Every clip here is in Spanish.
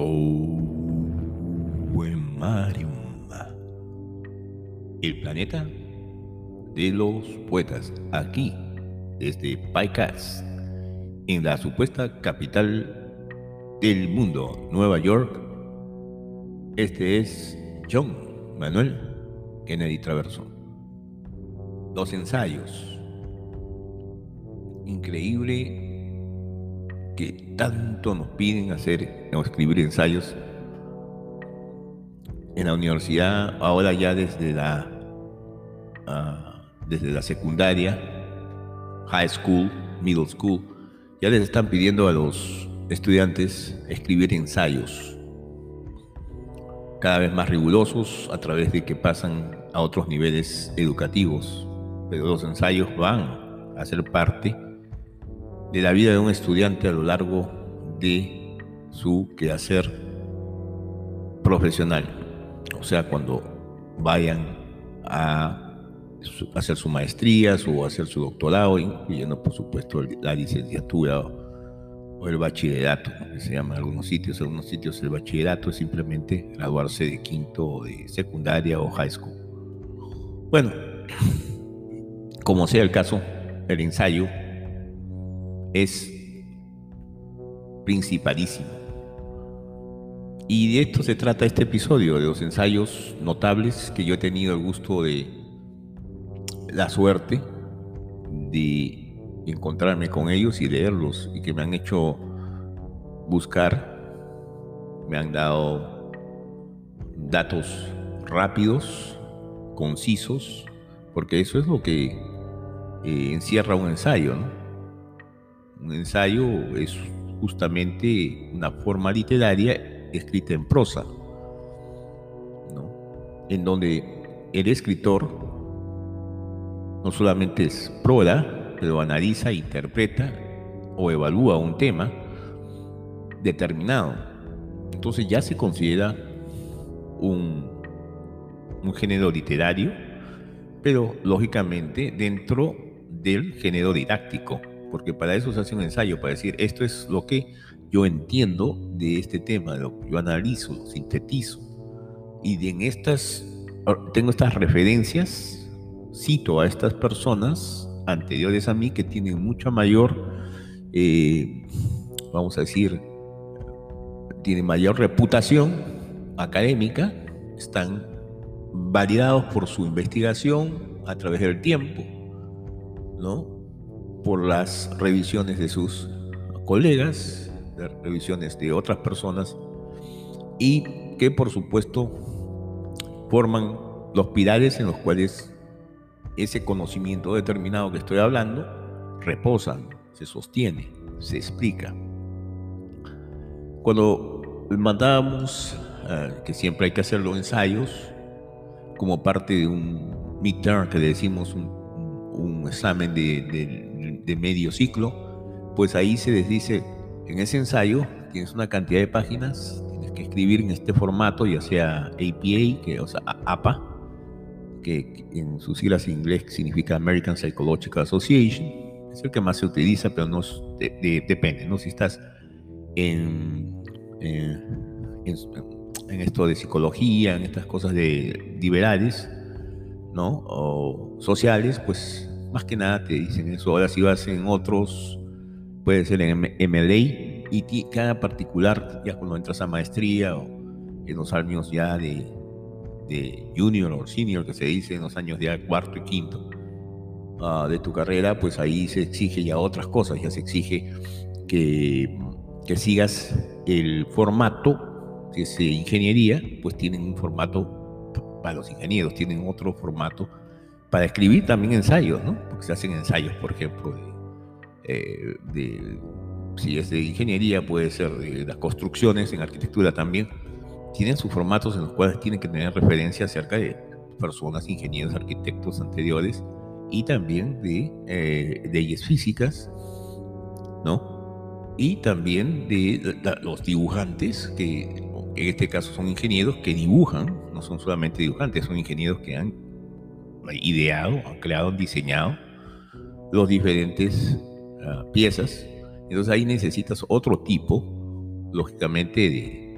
Poemarium, el planeta de los poetas, aquí, desde PyCast, en la supuesta capital del mundo, Nueva York. Este es John Manuel Kennedy Traverso. Los ensayos. Increíble que tanto nos piden hacer o escribir ensayos en la universidad, ahora ya desde la secundaria, high school, middle school, ya les están pidiendo a los estudiantes escribir ensayos cada vez más rigurosos a través de que pasan a otros niveles educativos, pero los ensayos van a ser parte de la vida de un estudiante a lo largo de su quehacer profesional. O sea, cuando vayan a hacer su maestría o hacer su doctorado, incluyendo por supuesto la licenciatura o el bachillerato, que se llama en algunos sitios. En algunos sitios el bachillerato es simplemente graduarse de quinto o de secundaria o high school. Bueno, como sea el caso, el ensayo es principalísimo. Y de esto se trata este episodio, de los ensayos notables que yo he tenido el gusto de la suerte de encontrarme con ellos y leerlos, y que me han hecho buscar, me han dado datos rápidos, concisos, porque eso es lo que encierra un ensayo, ¿no? Un ensayo es justamente una forma literaria escrita en prosa, ¿no? En donde el escritor no solamente explora, pero analiza, interpreta o evalúa un tema determinado. Entonces ya se considera un género literario, pero lógicamente dentro del género didáctico, porque para eso se hace un ensayo, para decir, esto es lo que yo entiendo de este tema, lo que yo analizo, lo sintetizo, y tengo estas referencias, cito a estas personas anteriores a mí que tienen mucha mayor, vamos a decir, tienen mayor reputación académica, están validados por su investigación a través del tiempo, ¿no? Por las revisiones de sus colegas, de revisiones de otras personas, y que por supuesto forman los pilares en los cuales ese conocimiento determinado que estoy hablando reposa, se sostiene, se explica. Cuando mandábamos, que siempre hay que hacer los ensayos como parte de un midterm, que le decimos un examen de medio ciclo, pues ahí se les dice, en ese ensayo tienes una cantidad de páginas, tienes que escribir en este formato, ya sea APA, o sea APA, que en sus siglas en inglés significa American Psychological Association, es el que más se utiliza, pero no depende, ¿no? Si estás en esto de psicología, en estas cosas de liberales, ¿no? O sociales, pues más que nada te dicen eso. Ahora si vas en otros, puede ser en MLA, y cada particular, ya cuando entras a maestría o en los años ya de junior o senior, que se dice en los años ya cuarto y quinto de tu carrera, pues ahí se exige ya otras cosas, ya se exige que sigas el formato. Si es ingeniería, pues tienen un formato para los ingenieros, tienen otro formato para escribir también ensayos, ¿no? Porque se hacen ensayos, por ejemplo, si es de ingeniería, puede ser de las construcciones, en arquitectura también, tienen sus formatos en los cuales tienen que tener referencia acerca de personas, ingenieros, arquitectos anteriores, y también de leyes físicas, ¿no? Y también de los dibujantes, que en este caso son ingenieros que dibujan, no son solamente dibujantes, son ingenieros que han ideado, han creado, han diseñado los diferentes piezas. Entonces ahí necesitas otro tipo, lógicamente,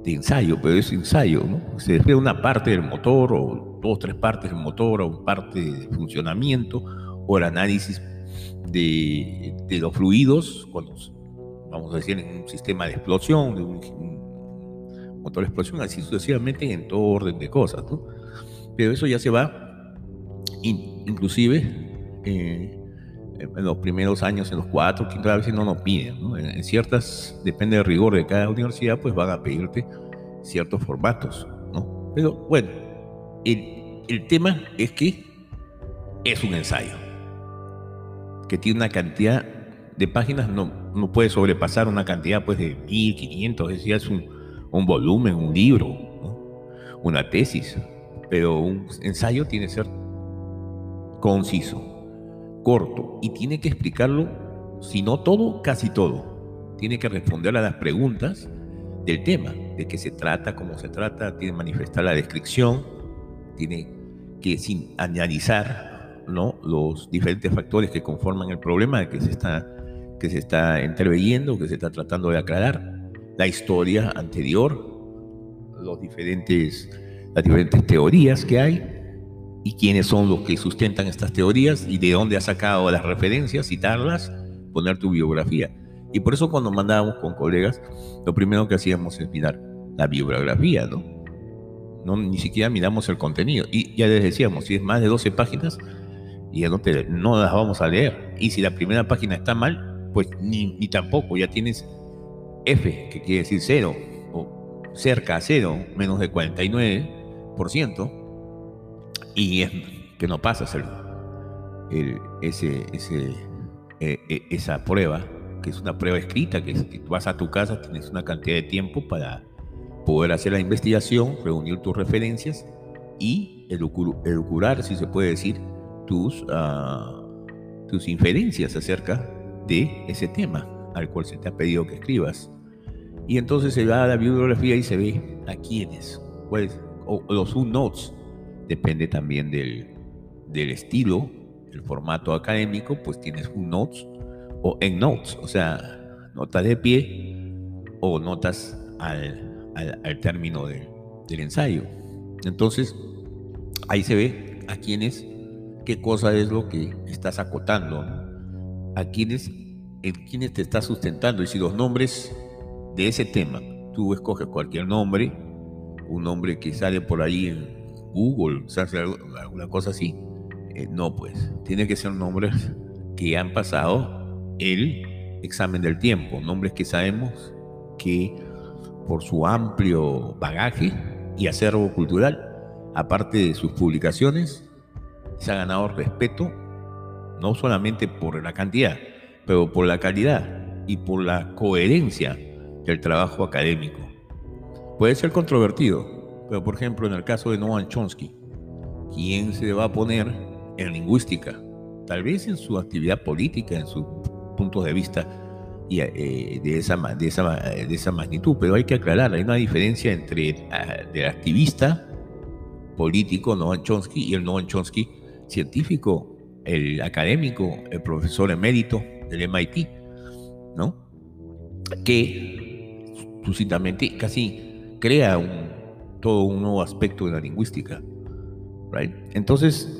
de ensayo, pero es ensayo, ¿no? Se refiere a una parte del motor, o dos, tres partes del motor, o parte de funcionamiento, o el análisis de los fluidos, cuando, vamos a decir, en un sistema de explosión, de un motor de explosión, así sucesivamente en todo orden de cosas, ¿no? Pero eso ya se va, inclusive, en los primeros años, en los 4, 5, a veces no nos piden, ¿no? En ciertas, depende del rigor de cada universidad, pues van a pedirte ciertos formatos, ¿no? Pero bueno, el tema es que es un ensayo que tiene una cantidad de páginas, no puede sobrepasar una cantidad pues de 1500, es decir, es un volumen, un libro, ¿no? Una tesis, pero un ensayo tiene que ser conciso, corto, y tiene que explicarlo, si no todo, casi todo. Tiene que responder a las preguntas del tema, de qué se trata, cómo se trata, tiene que manifestar la descripción, tiene que analizar, ¿no?, los diferentes factores que conforman el problema que se está interviniendo, que se está tratando de aclarar, la historia anterior, las diferentes teorías que hay, y quiénes son los que sustentan estas teorías y de dónde has sacado las referencias, citarlas, poner tu biografía. Y por eso cuando mandábamos con colegas, lo primero que hacíamos es mirar la bibliografía, ¿no? Ni siquiera miramos el contenido. Y ya les decíamos, si es más de 12 páginas, ya no las vamos a leer. Y si la primera página está mal, pues ni tampoco, ya tienes F, que quiere decir 0, o cerca a 0, menos de 49%, y es que no pasas esa prueba, que es una prueba escrita, que vas a tu casa, tienes una cantidad de tiempo para poder hacer la investigación, reunir tus referencias y elucubrar, si se puede decir, tus inferencias acerca de ese tema al cual se te ha pedido que escribas. Y entonces se va a la bibliografía y se ve a quiénes, pues, o los footnotes, depende también del estilo, el formato académico, pues tienes footnotes o endnotes, o sea, notas de pie o notas al término del ensayo. Entonces, ahí se ve a quiénes, qué cosa es lo que estás acotando, ¿no? En quiénes te estás sustentando, y si los nombres de ese tema, tú escoges cualquier nombre, un nombre que sale por ahí en Google, alguna cosa así, no, pues, tiene que ser nombres que han pasado el examen del tiempo, nombres que sabemos que por su amplio bagaje y acervo cultural, aparte de sus publicaciones, se ha ganado respeto, no solamente por la cantidad, pero por la calidad y por la coherencia del trabajo académico. Puede ser controvertido, pero por ejemplo en el caso de Noam Chomsky, ¿quién se va a poner en lingüística? Tal vez en su actividad política, en sus puntos de vista y, de esa magnitud, pero hay que aclarar, hay una diferencia entre el activista político Noam Chomsky y el Noam Chomsky científico, el académico, el profesor emérito del MIT, ¿no? Que sucintamente casi crea todo un nuevo aspecto de la lingüística, ¿right? Entonces,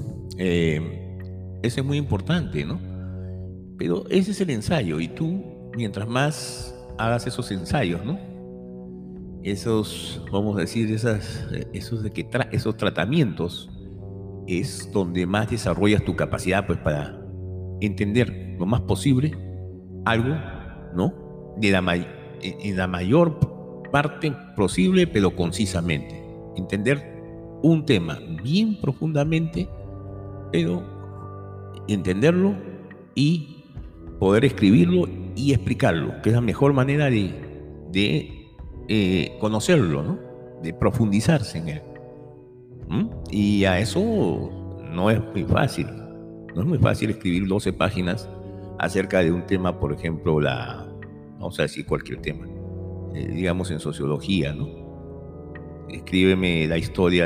eso es muy importante, ¿no? Pero ese es el ensayo, y tú, mientras más hagas esos ensayos, ¿no?, vamos a decir, esos tratamientos, es donde más desarrollas tu capacidad, pues, para entender lo más posible algo, ¿no?, en la mayor parte posible, pero concisamente. Entender un tema bien profundamente, pero entenderlo y poder escribirlo y explicarlo, que es la mejor manera de conocerlo, ¿no?, de profundizarse en él. Y a eso no es muy fácil. No es muy fácil escribir 12 páginas acerca de un tema, por ejemplo, vamos a decir cualquier tema, digamos en sociología, ¿no? Escríbeme la historia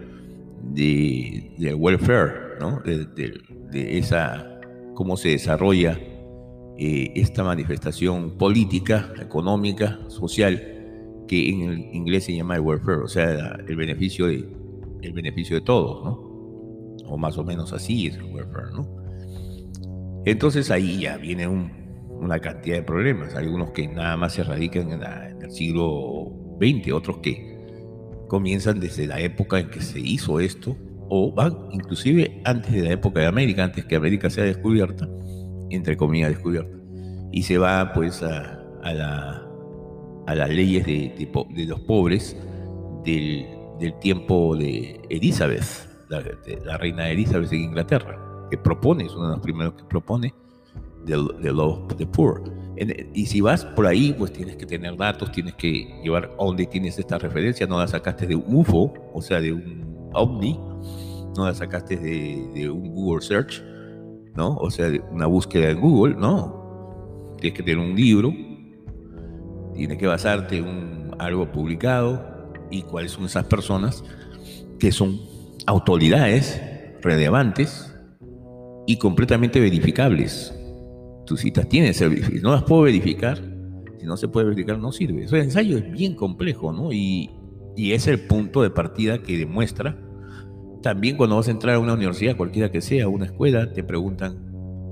del welfare, ¿no? De cómo se desarrolla esta manifestación política, económica, social, que en el inglés se llama el welfare, o sea, el beneficio de todos, ¿no? O más o menos así es el welfare, ¿no? Entonces ahí ya viene una cantidad de problemas. Algunos que nada más se radican en el siglo XX, otros que comienzan desde la época en que se hizo esto, o van inclusive antes de la época de América, antes que América sea descubierta, entre comillas descubierta, y se va pues a las leyes de los pobres del tiempo de Elizabeth, la reina Elizabeth de Inglaterra, que propone, es uno de los primeros que propone, the Law of the Poor. Y si vas por ahí, pues tienes que tener datos, tienes que llevar a dónde tienes esta referencia. No la sacaste de un UFO, o sea, de un OVNI, no la sacaste de un Google Search, ¿no? O sea, de una búsqueda en Google, no. Tienes que tener un libro, tienes que basarte en algo publicado y cuáles son esas personas que son autoridades relevantes y completamente verificables. Tus citas tienen que ser verificadas. No las puedo verificar. Si no se puede verificar, no sirve. Eso, el ensayo es bien complejo, ¿no? Y es el punto de partida que demuestra. También cuando vas a entrar a una universidad, cualquiera que sea, una escuela, te preguntan,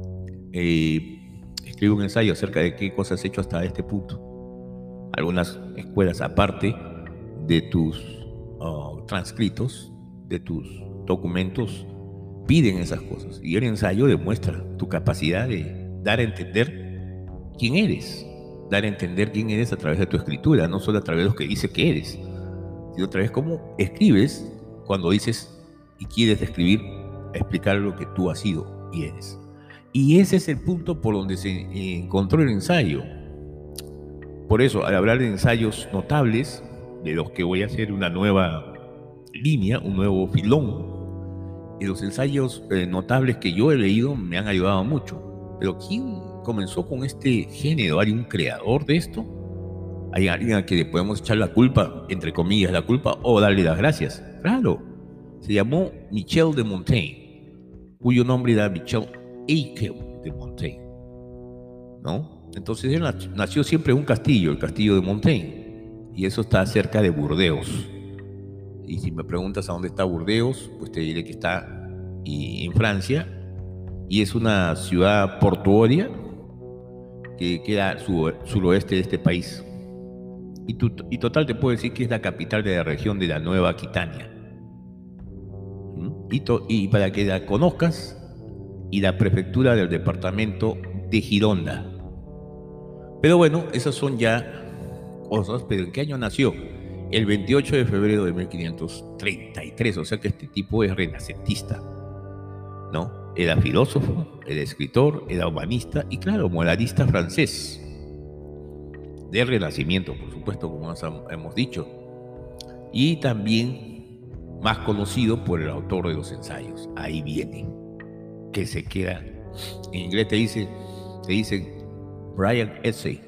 escribe un ensayo acerca de qué cosas has hecho hasta este punto. Algunas escuelas, aparte de tus transcritos, de tus documentos, piden esas cosas. Y el ensayo demuestra tu capacidad de dar a entender quién eres. Dar a entender quién eres a través de tu escritura, no solo a través de lo que dices que eres, sino a través de cómo escribes cuando dices y quieres describir, explicar lo que tú has sido y eres. Y ese es el punto por donde se encontró el ensayo. Por eso, al hablar de ensayos notables, de los que voy a hacer una nueva línea, un nuevo filón, y los ensayos notables que yo he leído me han ayudado mucho. Pero ¿quién comenzó con este género? ¿Hay un creador de esto? ¿Hay alguien a quien le podemos echar la culpa, entre comillas, la culpa, o darle las gracias? Claro, se llamó Michel de Montaigne, cuyo nombre era Michel Eichel de Montaigne, ¿no? Entonces él nació siempre en un castillo, el castillo de Montaigne, y eso está cerca de Burdeos. Y si me preguntas a dónde está Burdeos, pues te diré que está en Francia, y es una ciudad portuaria que queda al suroeste de este país. Y total te puedo decir que es la capital de la región de la Nueva Aquitania. Y para que la conozcas, y la prefectura del departamento de Gironda. Pero bueno, esas son ya cosas. ¿Pero en qué año nació? El 28 de febrero de 1533, o sea que este tipo es renacentista, ¿no? Era filósofo, era escritor, era humanista y, claro, moralista francés. Del Renacimiento, por supuesto, como hemos dicho. Y también más conocido por el autor de los ensayos. Ahí viene, que se queda. En inglés te dice Brian Essay.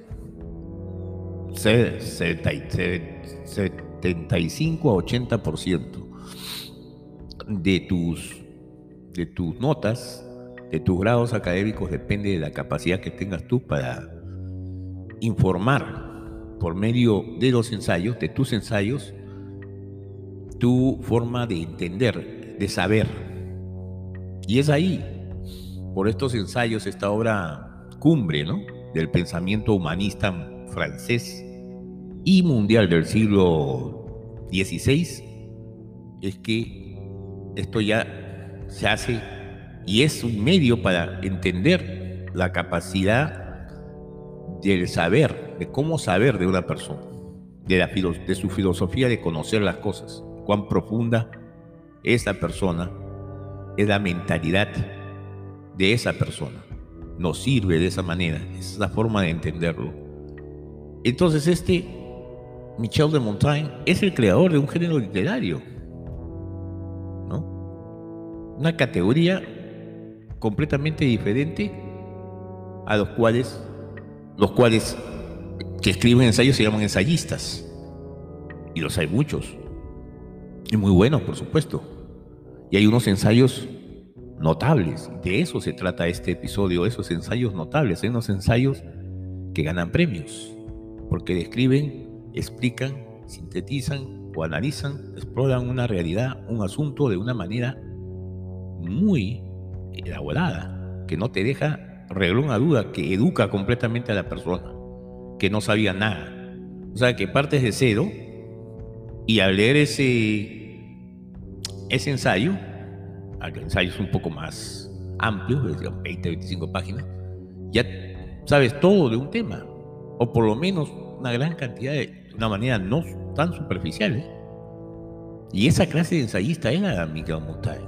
75 a 80% de tus notas, de tus grados académicos, depende de la capacidad que tengas tú para informar por medio de los ensayos, de tus ensayos, tu forma de entender, de saber. Y es ahí, por estos ensayos, esta obra cumbre, ¿no?, del pensamiento humanista francés y mundial del siglo XVI, es que esto ya se hace y es un medio para entender la capacidad del saber, de cómo saber de una persona, de su filosofía de conocer las cosas, cuán profunda esa persona es, la mentalidad de esa persona. Nos sirve de esa manera, es la forma de entenderlo. Entonces Michel de Montaigne es el creador de un género literario, ¿no? Una categoría completamente diferente a los cuales que escriben ensayos se llaman ensayistas. Y los hay muchos. Y muy buenos, por supuesto. Y hay unos ensayos notables. De eso se trata este episodio, esos ensayos notables. Hay unos ensayos que ganan premios, porque describen explican, sintetizan o analizan, exploran una realidad, un asunto de una manera muy elaborada, que no te deja reglón a duda, que educa completamente a la persona, que no sabía nada. O sea, que partes de cero y al leer ese ensayo, al ensayo es un poco más amplio, es de 20, 25 páginas, ya sabes todo de un tema, o por lo menos una gran cantidad de una manera no tan superficial, ¿eh? Y esa clase de ensayista era Miguel Montaigne.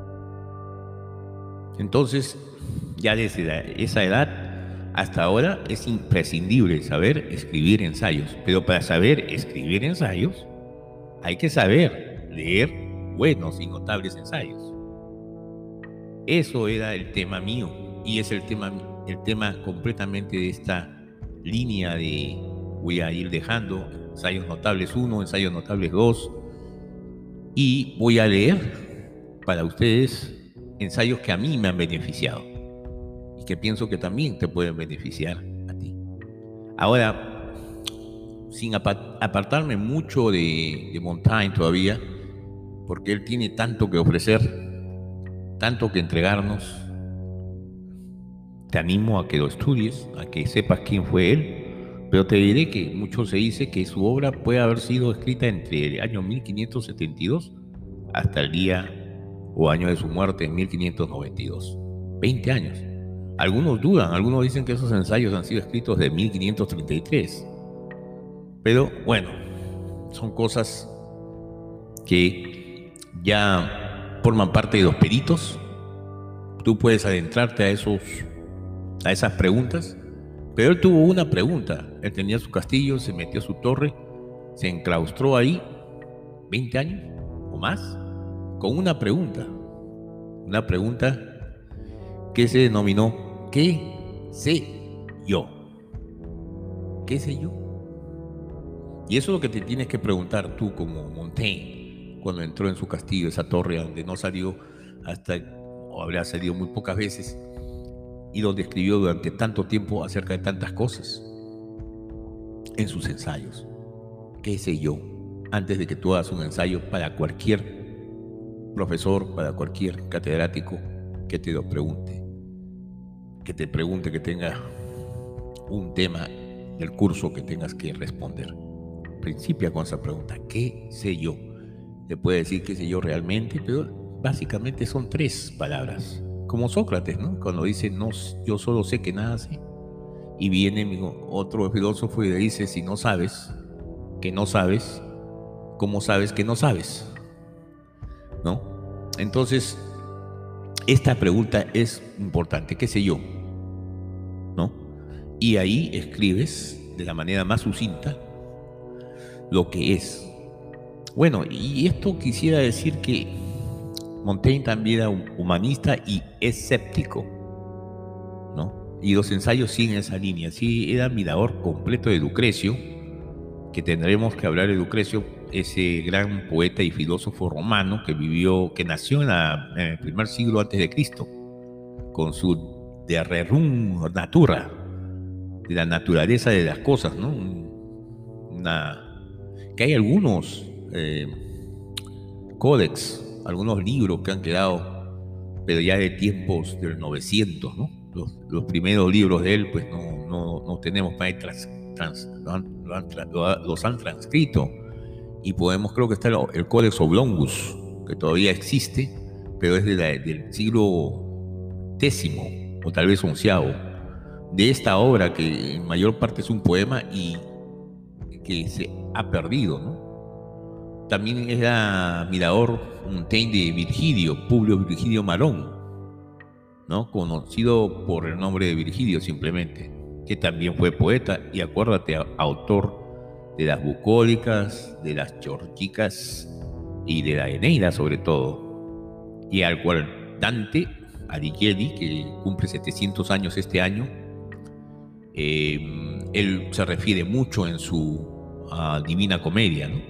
Entonces, ya desde esa edad hasta ahora es imprescindible saber escribir ensayos, pero para saber escribir ensayos hay que saber leer buenos y notables ensayos. Eso era el tema mío y es el tema completamente de esta línea de voy a ir dejando ensayos notables 1, ensayos notables 2 y voy a leer para ustedes ensayos que a mí me han beneficiado y que pienso que también te pueden beneficiar a ti. Ahora, sin apartarme mucho de Montaigne todavía, porque él tiene tanto que ofrecer, tanto que entregarnos, te animo a que lo estudies, a que sepas quién fue él, pero te diré que mucho se dice que su obra puede haber sido escrita entre el año 1572 hasta el día o año de su muerte en 1592. 20 años. Algunos dudan, algunos dicen que esos ensayos han sido escritos de 1533. Pero bueno, son cosas que ya forman parte de los peritos. Tú puedes adentrarte a esas preguntas, pero él tuvo una pregunta. Él tenía su castillo, se metió a su torre, se enclaustró ahí 20 años o más con una pregunta que se denominó ¿qué sé yo? ¿Qué sé yo? Y eso es lo que te tienes que preguntar tú como Montaigne cuando entró en su castillo, esa torre donde no salió o habrá salido muy pocas veces, y donde escribió durante tanto tiempo acerca de tantas cosas en sus ensayos. ¿Qué sé yo? Antes de que tú hagas un ensayo para cualquier profesor, para cualquier catedrático que te lo pregunte, que tenga un tema del curso que tengas que responder. Principia con esa pregunta, ¿qué sé yo? Le puede decir qué sé yo realmente, pero básicamente son 3 palabras. Como Sócrates, ¿no? Cuando dice, no, yo solo sé que nada sé. Y viene otro filósofo y le dice, si no sabes que no sabes, ¿cómo sabes que no sabes? ¿No? Entonces, esta pregunta es importante, ¿qué sé yo? ¿No? Y ahí escribes de la manera más sucinta lo que es. Bueno, y esto quisiera decir que Montaigne también era un humanista y escéptico, ¿no? Y los ensayos siguen esa línea. Sí, era admirador completo de Lucrecio, que tendremos que hablar de Lucrecio, ese gran poeta y filósofo romano que nació en el primer siglo antes de Cristo, con su De Rerum Natura, de la naturaleza de las cosas, ¿no? Que hay algunos códex, algunos libros que han quedado, pero ya de tiempos del 900, ¿no? Los primeros libros de él, pues no tenemos para ahí, los han transcrito y creo que está el Codex Oblongus, que todavía existe, pero es del siglo X o tal vez XI, de esta obra que en mayor parte es un poema y que se ha perdido, ¿no? También era admirador Montaigne de Virgilio, Publio Virgilio Marón, ¿no? Conocido por el nombre de Virgilio simplemente, que también fue poeta y acuérdate, autor de las bucólicas, de las chorchicas y de la Eneida sobre todo, y al cual Dante Alighieri, que cumple 700 años este año, él se refiere mucho en su Divina Comedia, ¿no?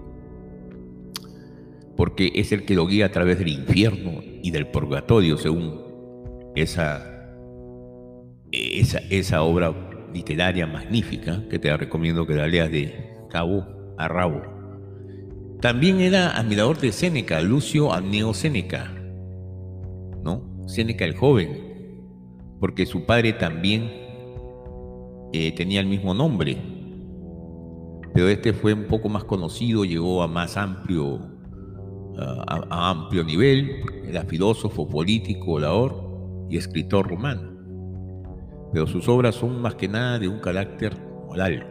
Porque es el que lo guía a través del infierno y del purgatorio, según esa obra literaria magnífica que te recomiendo que la leas de cabo a rabo. También era admirador de Séneca, Lucio Anneo Séneca, ¿no? Séneca el joven, porque su padre también tenía el mismo nombre, pero este fue un poco más conocido, llegó a más amplio, a amplio nivel, era filósofo, político, orador y escritor romano. Pero sus obras son más que nada de un carácter moral.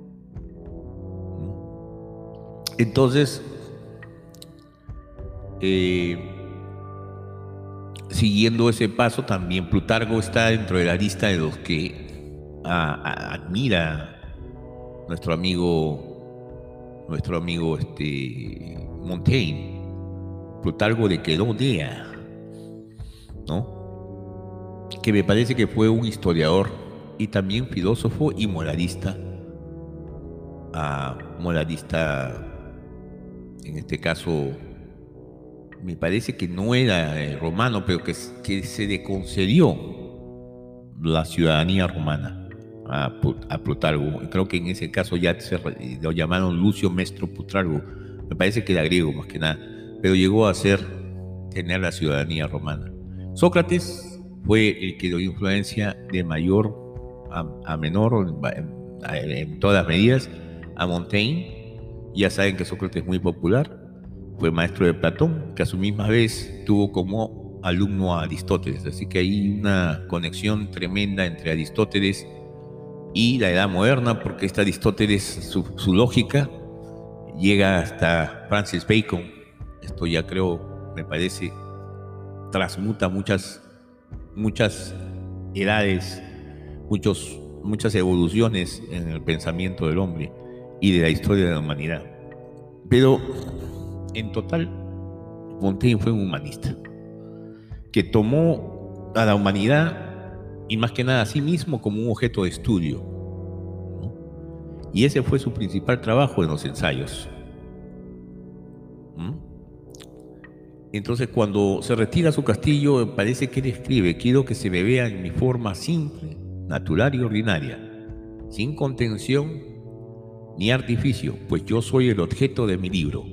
Entonces, siguiendo ese paso, también Plutarco está dentro de la lista de los que admira nuestro amigo Montaigne. Plutarco de Quedonea, ¿no? Que me parece que fue un historiador y también filósofo y moralista. Moralista, en este caso, me parece que no era romano, pero que se le concedió la ciudadanía romana a Plutarco. Creo que en ese caso ya lo llamaron Lucio Mestro Plutarco. Me parece que era griego más que nada, pero llegó a tener la ciudadanía romana. Sócrates fue el que dio influencia de mayor a menor en todas medidas a Montaigne. Ya saben que Sócrates es muy popular, fue maestro de Platón, que a su misma vez tuvo como alumno a Aristóteles, así que hay una conexión tremenda entre Aristóteles y la edad moderna, porque Aristóteles, su lógica llega hasta Francis Bacon. Esto ya creo, me parece, transmuta muchas edades, muchas evoluciones en el pensamiento del hombre y de la historia de la humanidad. Pero en total, Montaigne fue un humanista que tomó a la humanidad y más que nada a sí mismo como un objeto de estudio, ¿no? Y ese fue su principal trabajo en los ensayos. Entonces, cuando se retira a su castillo, parece que él escribe: quiero que se me vea en mi forma simple, natural y ordinaria, sin contención ni artificio, pues yo soy el objeto de mi libro.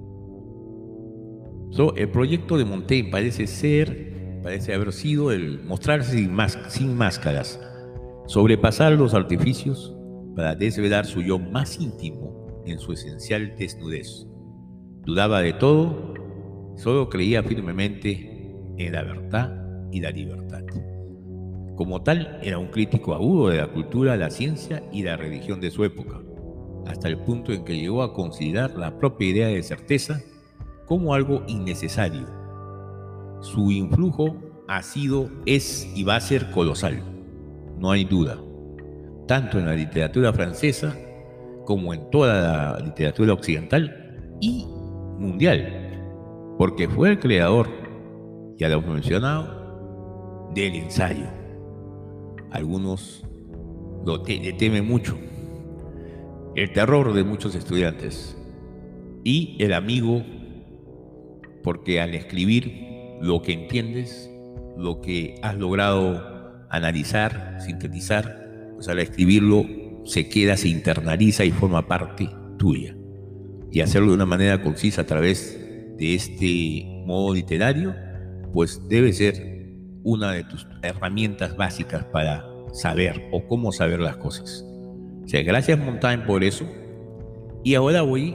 El proyecto de Montaigne parece haber sido el mostrarse sin máscaras, sobrepasar los artificios para desvelar su yo más íntimo en su esencial desnudez. Dudaba de todo, solo creía firmemente en la verdad y la libertad. Como tal, era un crítico agudo de la cultura, la ciencia y la religión de su época, hasta el punto en que llegó a considerar la propia idea de certeza como algo innecesario. Su influjo ha sido, es y va a ser colosal, no hay duda, tanto en la literatura francesa como en toda la literatura occidental y mundial, porque fue el creador, ya lo hemos mencionado, del ensayo. Algunos le temen mucho, el terror de muchos estudiantes y el amigo, porque al escribir lo que entiendes, lo que has logrado analizar, sintetizar, pues al escribirlo se queda, se internaliza y forma parte tuya. Y hacerlo de una manera concisa a través de este modo literario, pues debe ser una de tus herramientas básicas para saber o cómo saber las cosas. O sea, gracias Montaigne por eso. Y ahora voy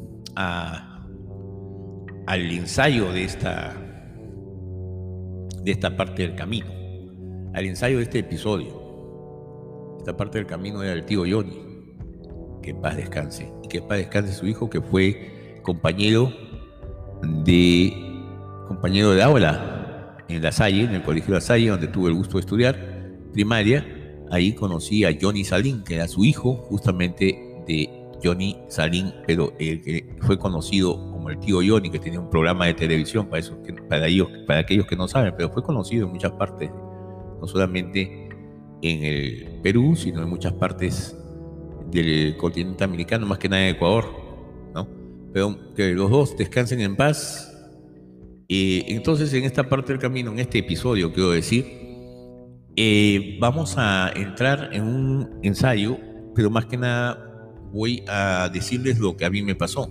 al ensayo de esta parte del camino, al ensayo de este episodio. Esta parte del camino era el tío Johnny, que en paz descanse, y que en paz descanse su hijo, que fue compañero de aula en La Salle, en el colegio La Salle, donde tuve el gusto de estudiar primaria. Ahí conocí a Johnny Salín, que era su hijo, justamente de Johnny Salín, pero el que fue conocido como el tío Johnny, que tenía un programa de televisión, para aquellos que no saben, pero fue conocido en muchas partes, no solamente en el Perú, sino en muchas partes del continente americano, más que nada en Ecuador, ¿no? Pero que los dos descansen en paz. Entonces, en esta parte del camino, en este episodio, quiero decir, vamos a entrar en un ensayo, pero más que nada voy a decirles lo que a mí me pasó.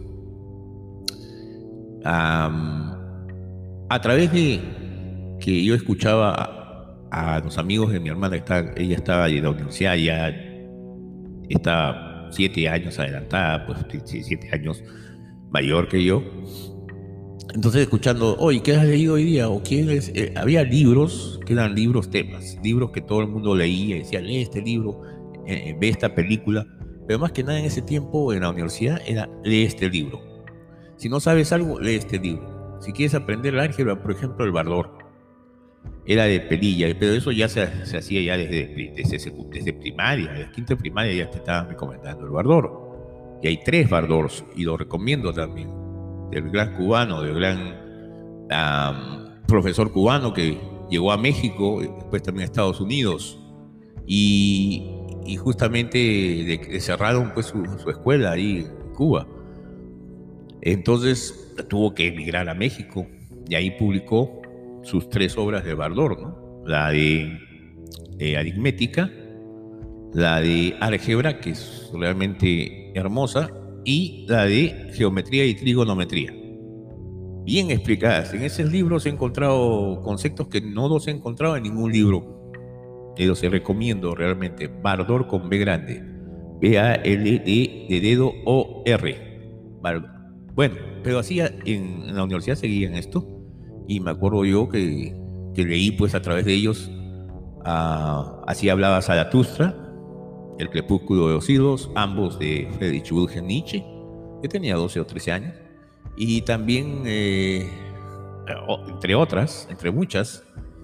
A través de que yo escuchaba a los amigos de mi hermana, ella estaba en la universidad, ya está 7 años adelantada, pues 7 años mayor que yo. Entonces, escuchando, oye, ¿qué has leído hoy día? ¿O quién es? Había libros que eran libros temas, libros que todo el mundo leía y decía, lee este libro, ve esta película. Pero más que nada en ese tiempo en la universidad era, lee este libro. Si no sabes algo, lee este libro. Si quieres aprender el álgebra, por ejemplo, el Bardor, era de Pelilla, pero eso ya se hacía ya desde primaria, desde quinta primaria ya te estaban recomendando el Bardor. Y hay 3 Bardors, y lo recomiendo también, del gran cubano, del gran profesor cubano que llegó a México, después también a Estados Unidos, y justamente cerraron pues su escuela ahí en Cuba. Entonces tuvo que emigrar a México y ahí publicó sus 3 obras de Bardor, ¿no? La de aritmética, la de álgebra, que es realmente hermosa, y la de geometría y trigonometría. Bien explicadas. En esos libros he encontrado conceptos que no los he encontrado en ningún libro. Y los recomiendo realmente. Bardor con B grande. B-A-L-D de dedo O-R. Bueno, pero así en la universidad seguían esto. Y me acuerdo yo que leí pues a través de ellos. Así hablaba Zaratustra, El crepúsculo de los siglos, ambos de Friedrich Wilhelm Nietzsche. Yo tenía 12 o 13 años. Y también, entre otras, entre muchas,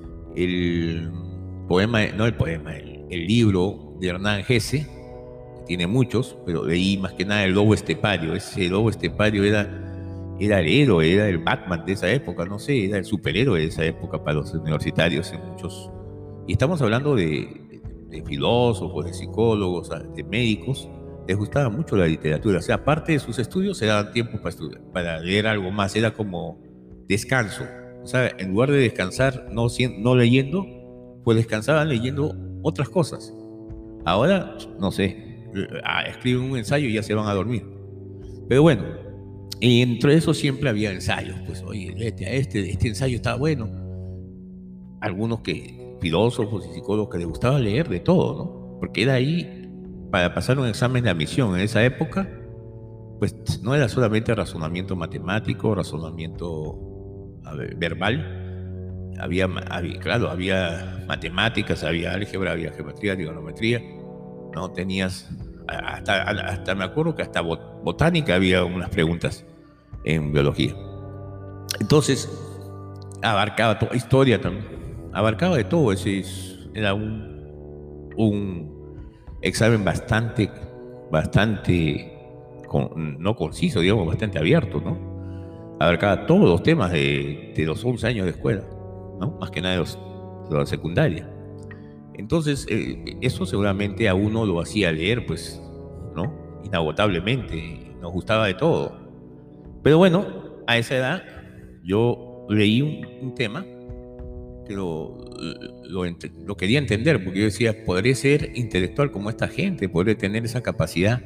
el poema, no el poema, el libro de Hernán Hesse, que tiene muchos, pero leí más que nada El lobo estepario. Ese lobo estepario era el héroe, era el Batman de esa época, no sé, era el superhéroe de esa época para los universitarios en muchos. Y estamos hablando de filósofos, de psicólogos, de médicos. Les gustaba mucho la literatura. O sea, aparte de sus estudios, se daban tiempo para estudiar, para leer algo más. Era como descanso. O sea, en lugar de descansar no leyendo, pues descansaban leyendo otras cosas. Ahora, no sé, escriben un ensayo y ya se van a dormir. Pero bueno, y entre eso siempre había ensayos. Pues, oye, léete a este ensayo está bueno. Algunos filósofos y psicólogos que les gustaba leer de todo, ¿no? Porque era ahí para pasar un examen de admisión en esa época, pues no era solamente razonamiento matemático, razonamiento verbal, claro, había matemáticas, había álgebra, había geometría, trigonometría, ¿no? Tenías, hasta me acuerdo que hasta botánica había unas preguntas en biología. Entonces, abarcaba toda historia también, abarcaba de todo, era un examen bastante, no conciso, digamos, bastante abierto, ¿no? Abarcaba todos los temas de los 11 años de escuela, ¿no? Más que nada de la secundaria. Entonces, eso seguramente a uno lo hacía leer, pues, ¿no? Inagotablemente, nos gustaba de todo. Pero bueno, a esa edad yo leí un tema que lo quería entender, porque yo decía, podré ser intelectual como esta gente, podré tener esa capacidad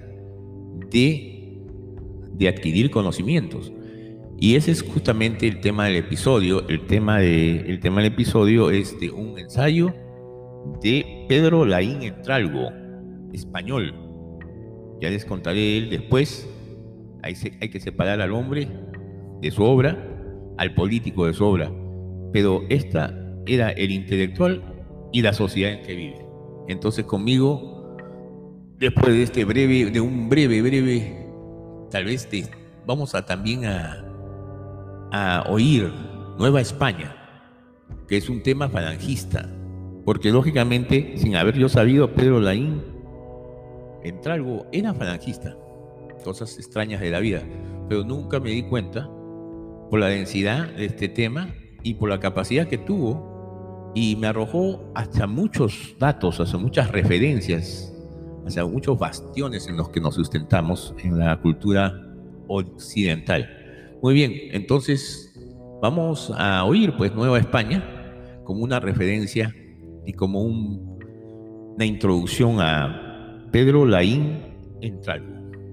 de adquirir conocimientos. Y ese es justamente el tema del episodio. El tema del episodio es de un ensayo de Pedro Laín Entralgo, español. Ya les contaré él después. Hay que separar al hombre de su obra, al político de su obra. Pero esta era el intelectual y la sociedad en que vive. Entonces conmigo, después de un breve, tal vez vamos también a oír Nueva España, que es un tema falangista, porque lógicamente, sin haber yo sabido, Pedro Laín Entralgo era falangista, cosas extrañas de la vida, pero nunca me di cuenta por la densidad de este tema y por la capacidad que tuvo, y me arrojó hasta muchos datos, hasta muchas referencias, hasta muchos bastiones en los que nos sustentamos en la cultura occidental. Muy bien, entonces vamos a oír pues Nueva España como una referencia y como una introducción a Pedro Laín Entralgo.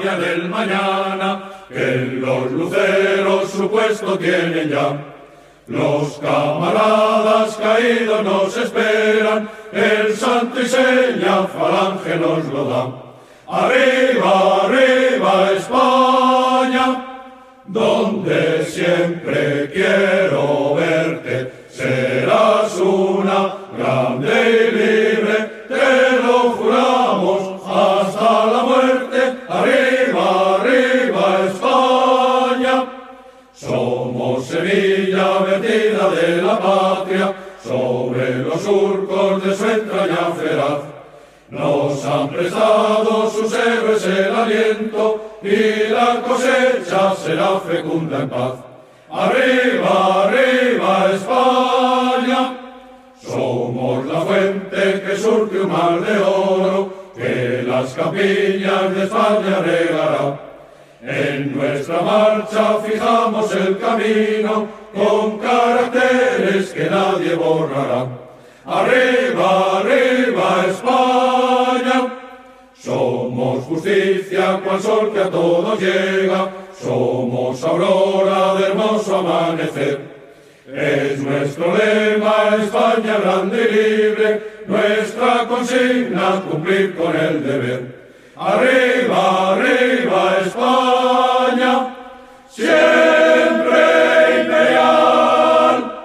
España del mañana, que en los luceros su puesto tienen ya. Los camaradas caídos nos esperan, el santo y seña falange nos lo da. Arriba, arriba España, donde siempre quiero verte, serás una grande y libre, te lo juramos hasta la muerte. Arriba, arriba España, somos semilla vertida de la patria, sobre los surcos de su entraña feraz. Nos han prestado sus héroes el aliento y la cosecha será fecunda en paz. Arriba, arriba España, somos la fuente que surte un mar de oro, que las campiñas de España regará. En nuestra marcha fijamos el camino con caracteres que nadie borrará. Arriba, arriba España, somos justicia cual sol que a todos llega, somos aurora de hermoso amanecer. Es nuestro lema España grande y libre, nuestra consigna cumplir con el deber. Arriba, arriba España, siempre imperial.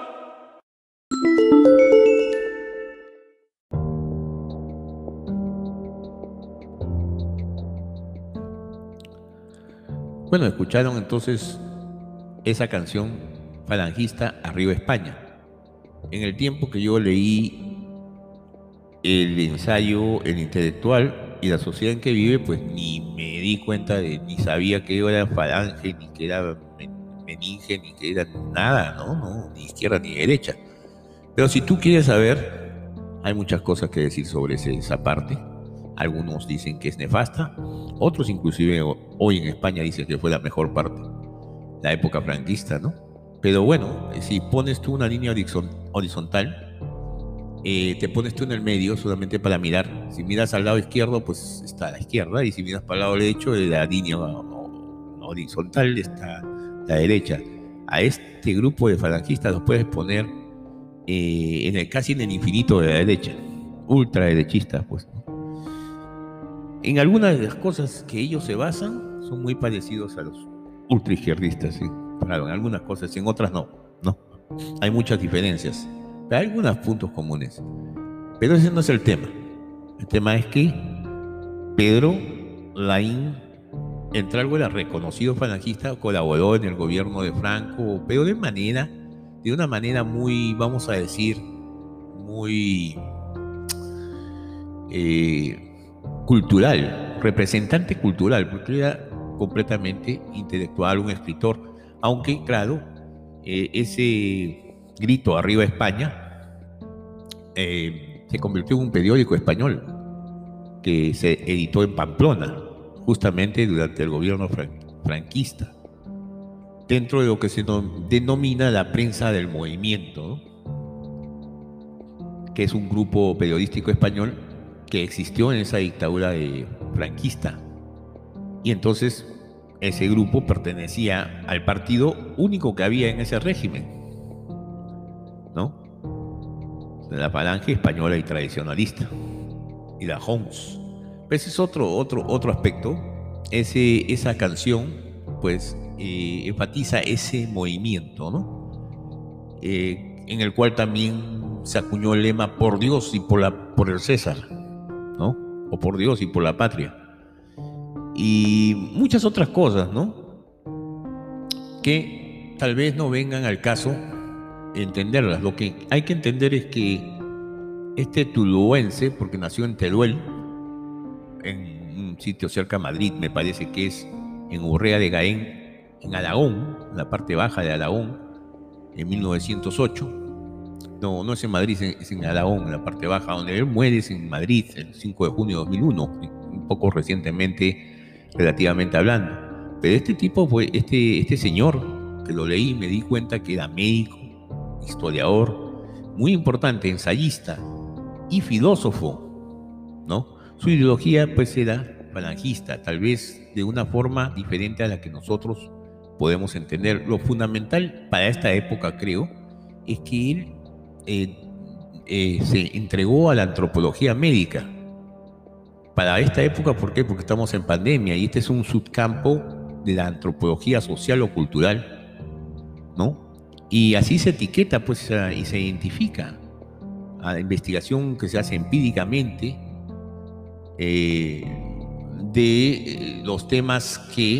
Bueno, escucharon entonces esa canción falangista Arriba España. En el tiempo que yo leí el ensayo El intelectual y la sociedad en que vive, pues ni me di cuenta ni sabía que era falange, ni que era meninge, ni que era nada, ¿no? Ni izquierda ni derecha. Pero si tú quieres saber, hay muchas cosas que decir sobre esa parte. Algunos dicen que es nefasta, otros inclusive hoy en España dicen que fue la mejor parte, la época franquista, ¿no? Pero bueno, si pones tú una línea horizontal, te pones tú en el medio solamente para mirar. Si miras al lado izquierdo, pues está a la izquierda, y si miras para el lado derecho, de la línea horizontal está la derecha. A este grupo de falangistas los puedes poner casi en el infinito de la derecha, ultraderechistas, pues, ¿no? En algunas de las cosas que ellos se basan son muy parecidos a los ultraizquierdistas, ¿sí? Claro, en algunas cosas, en otras no. Hay muchas diferencias, pero hay algunos puntos comunes. Pero ese no es el tema. El tema es que Pedro Laín Entralgo era reconocido falangista, colaboró en el gobierno de Franco, pero de una manera muy, vamos a decir, muy cultural, representante cultural, porque era completamente intelectual, un escritor, aunque claro, ese grito Arriba España se convirtió en un periódico español que se editó en Pamplona, justamente durante el gobierno franquista, dentro de lo que se denomina la prensa del movimiento, ¿no? Que es un grupo periodístico español que existió en esa dictadura franquista. Y entonces ese grupo pertenecía al partido único que había en ese régimen, ¿no? La Falange Española y Tradicionalista, y la Homs. Ese es otro aspecto. Esa canción, pues, enfatiza ese movimiento, ¿no? En el cual también se acuñó el lema por Dios y por el César, ¿no? O por Dios y por la patria. Y muchas otras cosas, ¿no? Que tal vez no vengan al caso entenderlas. Lo que hay que entender es que este tuluense, porque nació en Teruel, en un sitio cerca de Madrid, me parece que es en Urrea de Gaén, en Alagón, en la parte baja de Alagón, en 1908. No es en Madrid, es en Alagón, en la parte baja, donde él muere es en Madrid, el 5 de junio de 2001, un poco recientemente, relativamente hablando. Pero este tipo fue, este señor, que lo leí, me di cuenta que era médico, historiador, muy importante, ensayista y filósofo, ¿no? Su ideología, pues, era falangista, tal vez de una forma diferente a la que nosotros podemos entender. Lo fundamental para esta época, creo, es que él se entregó a la antropología médica. Para esta época, ¿por qué? Porque estamos en pandemia y este es un subcampo de la antropología social o cultural, ¿no? Y así se etiqueta, pues, y se identifica a la investigación que se hace empíricamente de los temas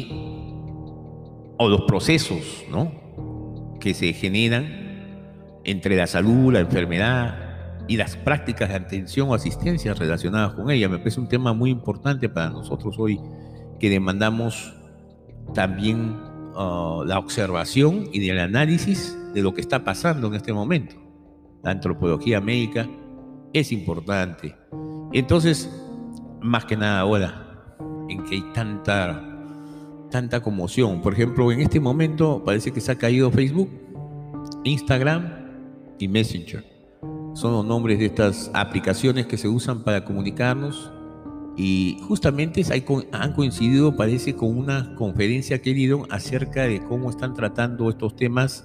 o los procesos, ¿no?, que se generan entre la salud, la enfermedad y las prácticas de atención o asistencia relacionadas con ella. Me parece un tema muy importante para nosotros hoy, que demandamos también la observación y el análisis de lo que está pasando en este momento. La antropología médica es importante. Entonces, más que nada ahora, en que hay tanta conmoción. Por ejemplo, en este momento parece que se ha caído Facebook, Instagram y Messenger. Son los nombres de estas aplicaciones que se usan para comunicarnos, y justamente han coincidido, parece, con una conferencia que dieron acerca de cómo están tratando estos temas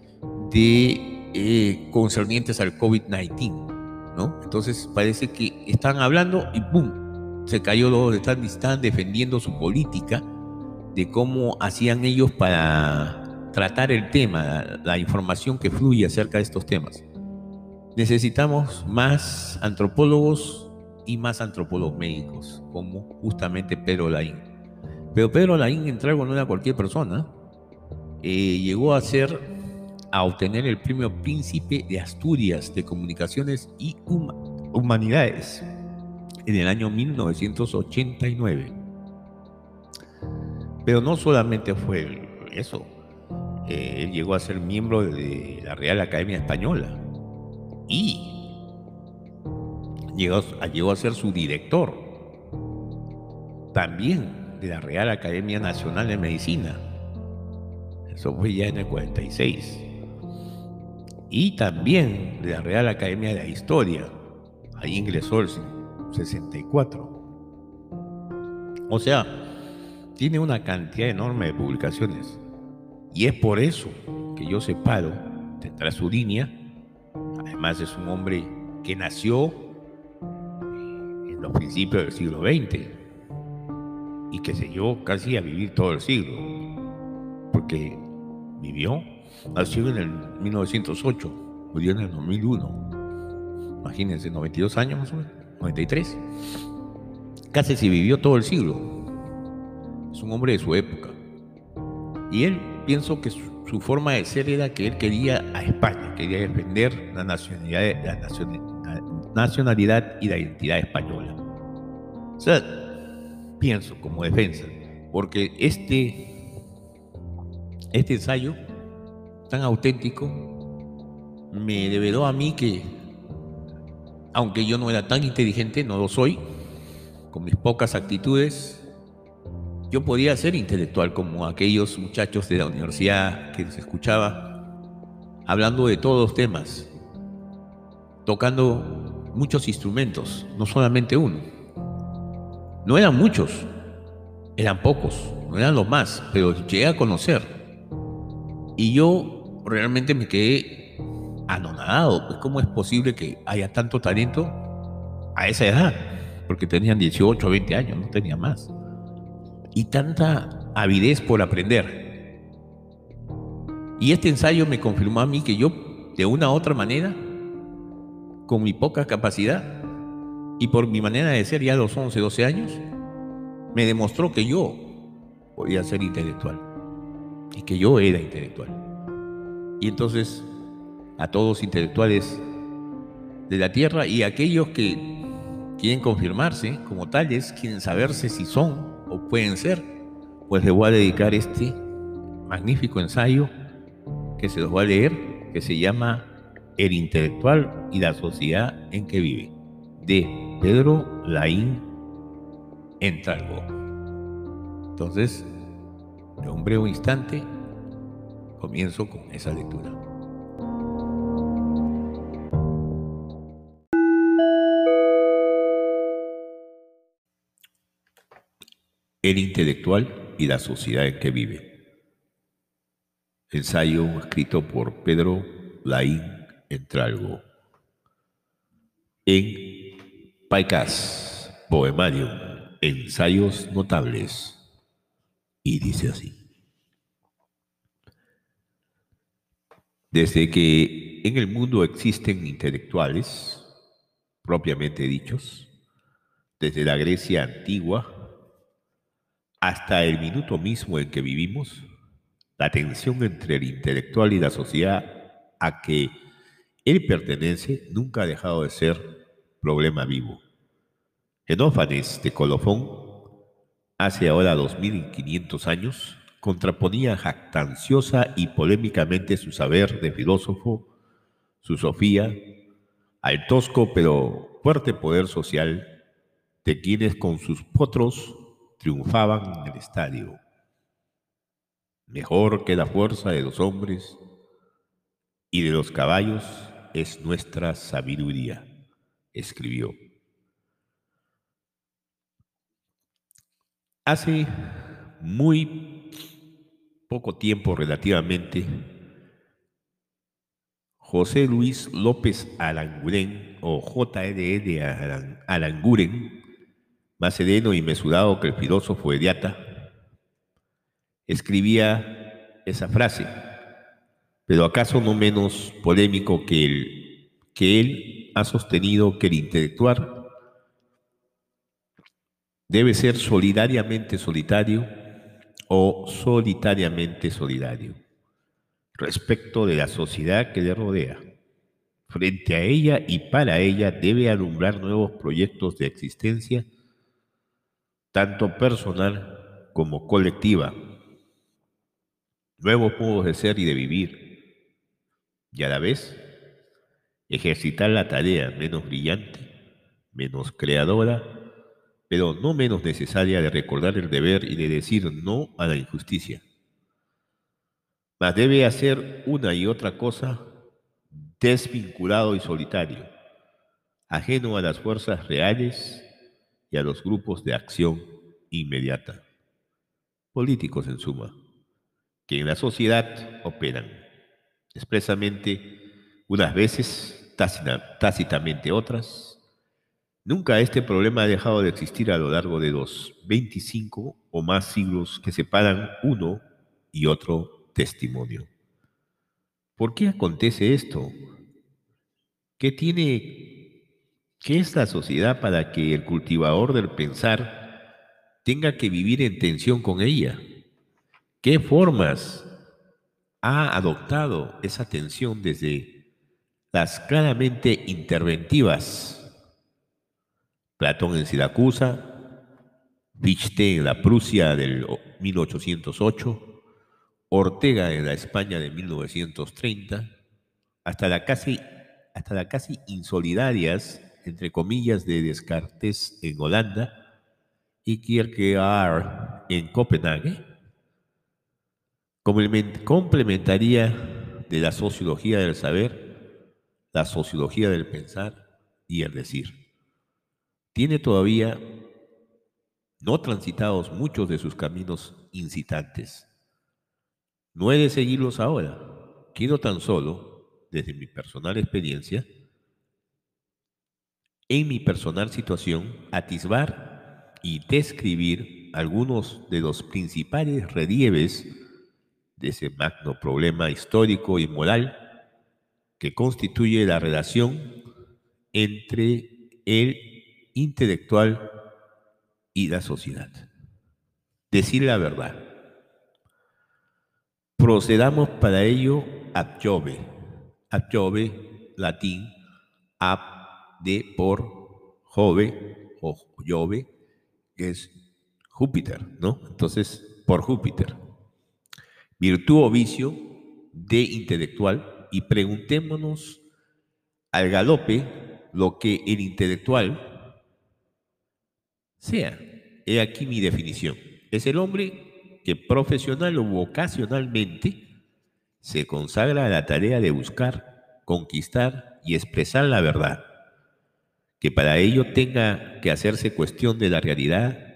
concernientes al COVID-19, ¿no? Entonces parece que están hablando y ¡pum!, se cayó. Están defendiendo su política de cómo hacían ellos para tratar el tema, la información que fluye acerca de estos temas. Necesitamos más antropólogos y más antropólogos médicos, como justamente Pedro Laín. Pero Pedro Laín Entralgo no era cualquier persona. Llegó a obtener el premio Príncipe de Asturias de Comunicaciones y Humanidades en el año 1989. Pero no solamente fue eso. Él llegó a ser miembro de la Real Academia Española y llegó a ser su director también de la Real Academia Nacional de Medicina. Eso fue ya en el 46. Y también de la Real Academia de la Historia. Ahí ingresó el 64. O sea, tiene una cantidad enorme de publicaciones. Y es por eso que yo separo, tendrá su línea. Además, es un hombre que nació en los principios del siglo XX y que se llevó casi a vivir todo el siglo, porque nació en el 1908, murió en el 2001. Imagínense, 92 años más o menos, 93. Casi se vivió todo el siglo. Es un hombre de su época. Y él, pienso que su forma de ser era que él quería a España, quería defender la nacionalidad y la identidad española. O sea, pienso como defensa, porque este ensayo tan auténtico me develó a mí que, aunque yo no era tan inteligente, no lo soy, con mis pocas actitudes, yo podía ser intelectual como aquellos muchachos de la universidad que se escuchaba, hablando de todos los temas, tocando muchos instrumentos, no solamente uno. No eran muchos, eran pocos, no eran los más, pero llegué a conocer. Y yo realmente me quedé anonadado. Pues, ¿cómo es posible que haya tanto talento a esa edad? Porque tenían 18 o 20 años, no tenía más. Y tanta avidez por aprender. Y este ensayo me confirmó a mí que yo, de una u otra manera, con mi poca capacidad y por mi manera de ser ya a los 11, 12 años, me demostró que yo podía ser intelectual y que yo era intelectual. Y entonces, a todos los intelectuales de la tierra y a aquellos que quieren confirmarse como tales, quieren saberse si son o pueden ser, pues les voy a dedicar este magnífico ensayo que se los voy a leer, que se llama El intelectual y la sociedad en que vive, de Pedro Laín Entralgo. Entonces, en un breve instante, comienzo con esa lectura. el intelectual y la sociedad en que vive. Ensayo escrito por Pedro Laín Entralgo. En Paicás, Poemarium, ensayos notables. Y dice así. Desde que en el mundo existen intelectuales, propiamente dichos, desde la Grecia antigua hasta el minuto mismo en que vivimos, la tensión entre el intelectual y la sociedad a que él pertenece nunca ha dejado de ser problema vivo. Xenófanes de Colofón, hace ahora 2500 años, contraponía jactanciosa y polémicamente su saber de filósofo, su sofía, al tosco pero fuerte poder social de quienes con sus potros triunfaban en el estadio. Mejor que la fuerza de los hombres y de los caballos es nuestra sabiduría, escribió. Hace muy poco tiempo relativamente, José Luis López Aranguren, o J.L.L. Aranguren, más sereno y mesurado que el filósofo Ediata, escribía esa frase, pero acaso no menos polémico que él ha sostenido que el intelectual debe ser solidariamente solitario o solitariamente solidario respecto de la sociedad que le rodea. Frente a ella y para ella debe alumbrar nuevos proyectos de existencia, tanto personal como colectiva, nuevos modos de ser y de vivir, y a la vez ejercitar la tarea menos brillante, menos creadora, pero no menos necesaria de recordar el deber y de decir no a la injusticia. Mas debe hacer una y otra cosa desvinculado y solitario, ajeno a las fuerzas reales y a los grupos de acción inmediata, políticos en suma, que en la sociedad operan, expresamente unas veces, tácitamente otras. Nunca este problema ha dejado de existir a lo largo de los 25 o más siglos que separan uno y otro testimonio. ¿Por qué acontece esto? ¿Qué es la sociedad para que el cultivador del pensar tenga que vivir en tensión con ella? ¿Qué formas ha adoptado esa tensión desde las claramente interventivas? Platón en Siracusa, Fichte en la Prusia del 1808, Ortega en la España de 1930, hasta la casi insolidarias, entre comillas, de Descartes en Holanda y Kierkegaard en Copenhague, complementaría de la sociología del saber, la sociología del pensar y el decir. Tiene todavía no transitados muchos de sus caminos incitantes. No he de seguirlos ahora. Quiero tan solo, desde mi personal experiencia, en mi personal situación, atisbar y describir algunos de los principales relieves de ese magno problema histórico y moral que constituye la relación entre el intelectual y la sociedad. Decir la verdad. Procedamos para ello ad Jove. Ad Jove, latín, ab de por Jove o Jove, que es Júpiter, ¿no? Entonces, por Júpiter. Virtud o vicio de intelectual, y preguntémonos al galope lo que el intelectual sea. He aquí mi definición. Es el hombre que profesional o vocacionalmente se consagra a la tarea de buscar, conquistar y expresar la verdad, que para ello tenga que hacerse cuestión de la realidad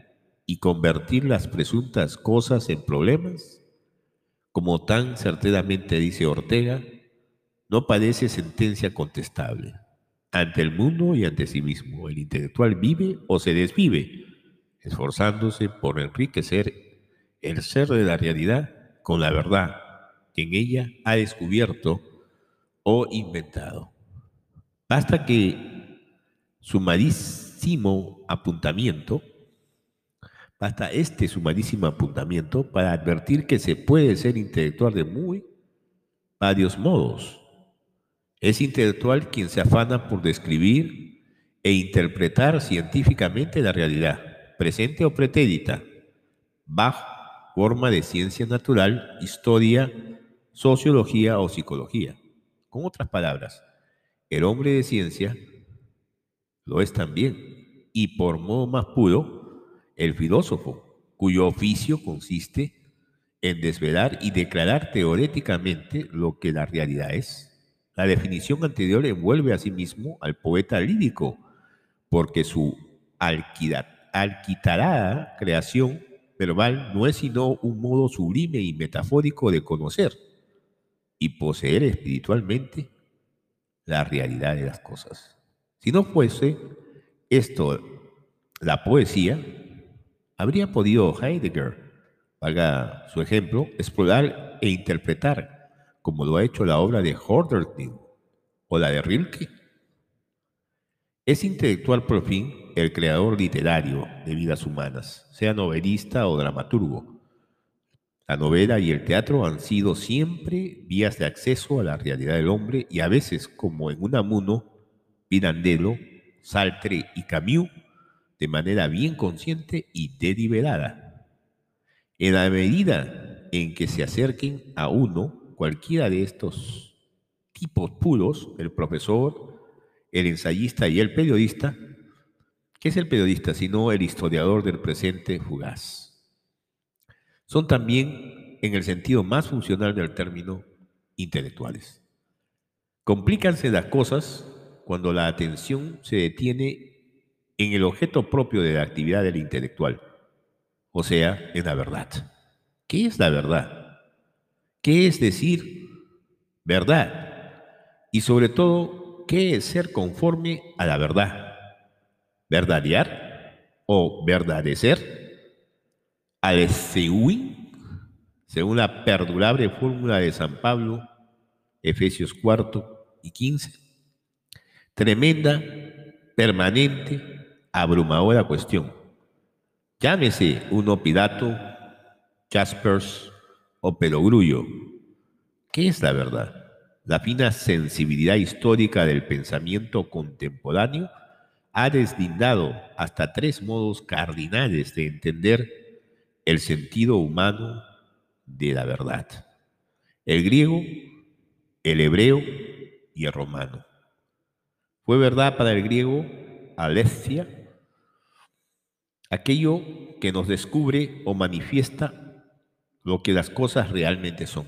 y convertir las presuntas cosas en problemas, como tan certeramente dice Ortega, no parece sentencia contestable. Ante el mundo y ante sí mismo, el intelectual vive o se desvive, esforzándose por enriquecer el ser de la realidad con la verdad que en ella ha descubierto o inventado. Basta que sumarísimo apuntamiento, basta este sumarísimo apuntamiento para advertir que se puede ser intelectual de muy varios modos. Es intelectual quien se afana por describir e interpretar científicamente la realidad, presente o pretérita, bajo forma de ciencia natural, historia, sociología o psicología. Con otras palabras, el hombre de ciencia lo es también, y por modo más puro, el filósofo, cuyo oficio consiste en desvelar y declarar teoréticamente lo que la realidad es. La definición anterior envuelve asimismo al poeta lírico, porque su alquitarada creación verbal no es sino un modo sublime y metafórico de conocer y poseer espiritualmente la realidad de las cosas. Si no fuese esto la poesía, habría podido Heidegger, valga su ejemplo, explorar e interpretar, como lo ha hecho la obra de Hölderlin o la de Rilke. Es intelectual por fin el creador literario de vidas humanas, sea novelista o dramaturgo. La novela y el teatro han sido siempre vías de acceso a la realidad del hombre y a veces, como en Unamuno, Pirandello, Sartre y Camus, de manera bien consciente y deliberada. En la medida en que se acerquen a uno cualquiera de estos tipos puros, el profesor, el ensayista y el periodista, ¿qué es el periodista sino el historiador del presente fugaz? Son también, en el sentido más funcional del término, intelectuales. Complícanse las cosas cuando la atención se detiene en el objeto propio de la actividad del intelectual, o sea, en la verdad. ¿Qué es la verdad? ¿Qué es decir verdad? Y sobre todo, ¿qué es ser conforme a la verdad? ¿Verdadear o verdadecer? Aleseuin, según la perdurable fórmula de San Pablo, Efesios 4:15. Tremenda, permanente, abrumadora cuestión. Llámese uno Pilato, Jaspers o Perogrullo. ¿Qué es la verdad? La fina sensibilidad histórica del pensamiento contemporáneo ha deslindado hasta 3 modos cardinales de entender el sentido humano de la verdad: el griego, el hebreo y el romano. Fue verdad para el griego aletheia, aquello que nos descubre o manifiesta lo que las cosas realmente son.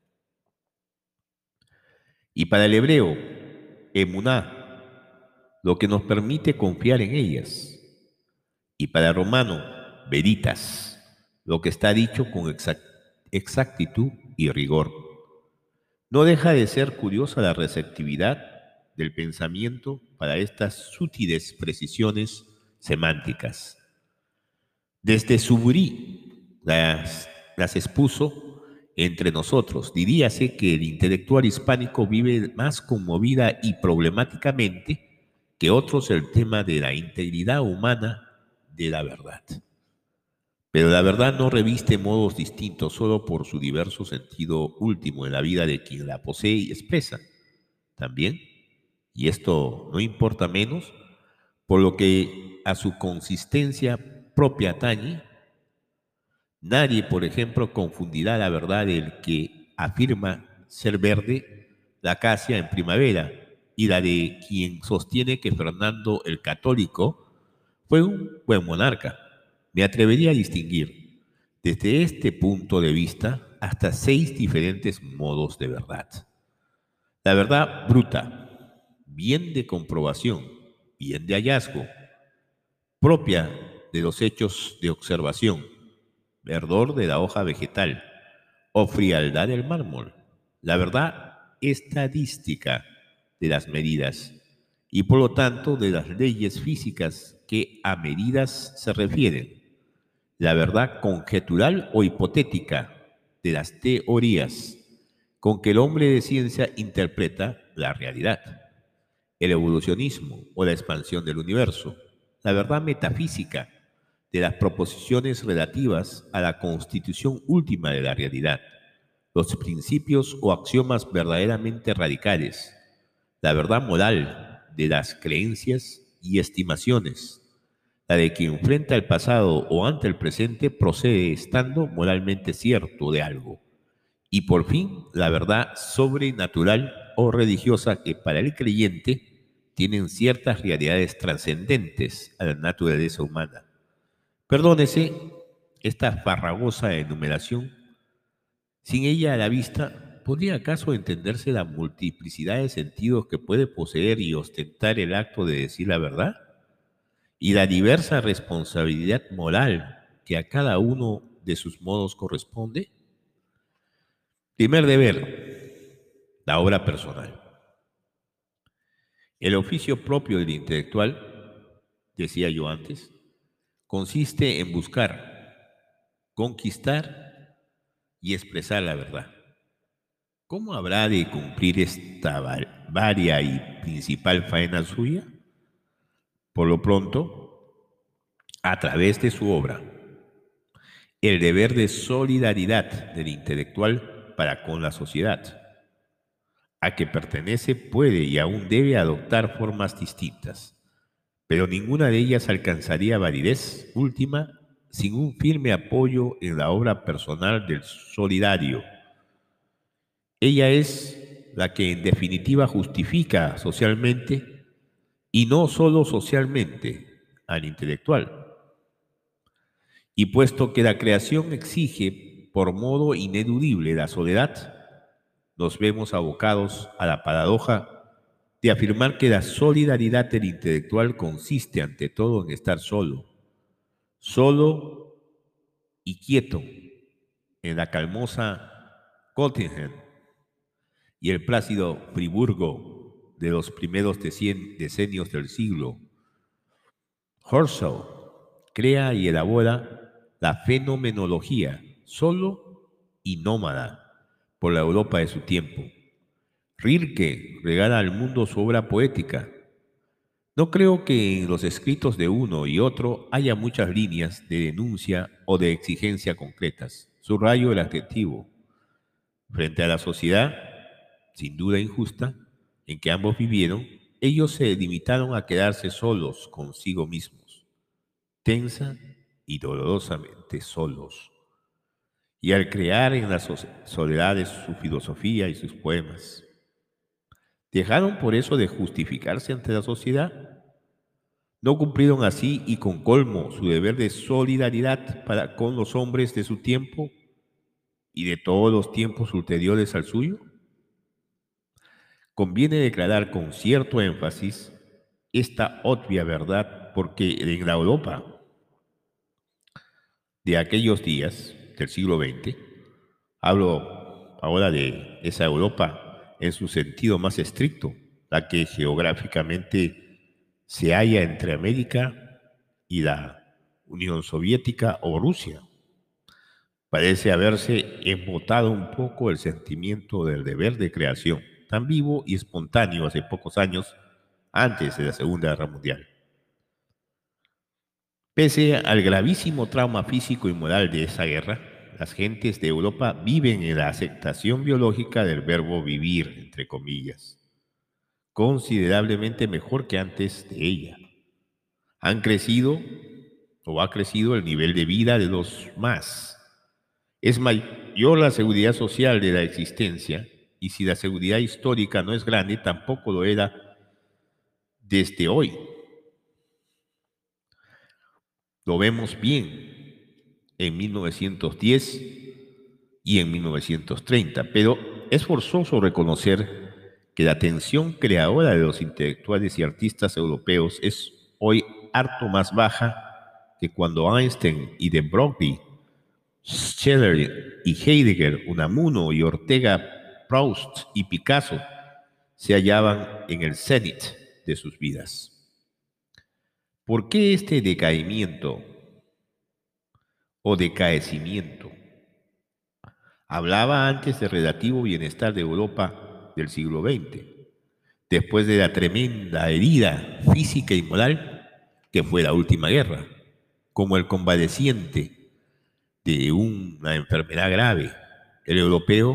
Y para el hebreo, emuná, lo que nos permite confiar en ellas. Y para el romano, veritas, lo que está dicho con exactitud y rigor. No deja de ser curiosa la receptividad del pensamiento para estas sutiles precisiones semánticas. Desde Suburí las expuso entre nosotros. Diríase que el intelectual hispánico vive más conmovida y problemáticamente que otros el tema de la integridad humana de la verdad. Pero la verdad no reviste modos distintos solo por su diverso sentido último en la vida de quien la posee y expresa. También, y esto no importa menos, por lo que a su consistencia propia atañe, nadie, por ejemplo, confundirá la verdad del que afirma ser verde la acacia en primavera y la de quien sostiene que Fernando el Católico fue un buen monarca. Me atrevería a distinguir, desde este punto de vista, hasta 6 diferentes modos de verdad. La verdad bruta, bien de comprobación, bien de hallazgo, propia de los hechos de observación, verdor de la hoja vegetal o frialdad del mármol, la verdad estadística de las medidas y por lo tanto de las leyes físicas que a medidas se refieren, la verdad conjetural o hipotética de las teorías con que el hombre de ciencia interpreta la realidad, el evolucionismo o la expansión del universo, la verdad metafísica de las proposiciones relativas a la constitución última de la realidad, los principios o axiomas verdaderamente radicales, la verdad moral de las creencias y estimaciones, la de quien frente al pasado o ante el presente procede estando moralmente cierto de algo, y por fin la verdad sobrenatural o religiosa que para el creyente tienen ciertas realidades trascendentes a la naturaleza humana. Perdónese esta farragosa enumeración. Sin ella a la vista, ¿podría acaso entenderse la multiplicidad de sentidos que puede poseer y ostentar el acto de decir la verdad? Y la diversa responsabilidad moral que a cada uno de sus modos corresponde? Primer deber, la obra personal. El oficio propio del intelectual, decía yo antes, consiste en buscar, conquistar y expresar la verdad. ¿Cómo habrá de cumplir esta varia y principal faena suya? Por lo pronto, a través de su obra, el deber de solidaridad del intelectual para con la sociedad, a que pertenece puede y aún debe adoptar formas distintas, pero ninguna de ellas alcanzaría validez última sin un firme apoyo en la obra personal del solidario. Ella es la que en definitiva justifica socialmente y no solo socialmente al intelectual. Y puesto que la creación exige por modo ineludible la soledad, nos vemos abocados a la paradoja de afirmar que la solidaridad del intelectual consiste ante todo en estar solo, solo y quieto en la calmosa Göttingen y el plácido Friburgo de los primeros decenios del siglo. Husserl crea y elabora la fenomenología solo y nómada por la Europa de su tiempo. Rilke regala al mundo su obra poética. No creo que en los escritos de uno y otro haya muchas líneas de denuncia o de exigencia concretas. Subrayo el adjetivo. Frente a la sociedad, sin duda injusta, en que ambos vivieron, ellos se limitaron a quedarse solos consigo mismos, tensa y dolorosamente solos, y al crear en las soledades su filosofía y sus poemas. ¿Dejaron por eso de justificarse ante la sociedad? ¿No cumplieron así y con colmo su deber de solidaridad para con los hombres de su tiempo y de todos los tiempos ulteriores al suyo? Conviene declarar con cierto énfasis esta obvia verdad porque en la Europa de aquellos días del siglo XX, hablo ahora de esa Europa en su sentido más estricto, la que geográficamente se halla entre América y la Unión Soviética o Rusia, parece haberse embotado un poco el sentimiento del deber de creación, tan vivo y espontáneo hace pocos años antes de la Segunda Guerra Mundial. Pese al gravísimo trauma físico y moral de esa guerra, las gentes de Europa viven en la aceptación biológica del verbo vivir, entre comillas, considerablemente mejor que antes de ella. Ha crecido el nivel de vida de los más. Es mayor la seguridad social de la existencia, y si la seguridad histórica no es grande, tampoco lo era desde hoy. Lo vemos bien en 1910 y en 1930, pero es forzoso reconocer que la tensión creadora de los intelectuales y artistas europeos es hoy harto más baja que cuando Einstein y de Broglie, Schiller y Heidegger, Unamuno y Ortega, Proust y Picasso se hallaban en el cenit de sus vidas. ¿Por qué este decaimiento o decaecimiento? Hablaba antes del relativo bienestar de Europa del siglo XX, después de la tremenda herida física y moral que fue la última guerra, como el convaleciente de una enfermedad grave. El europeo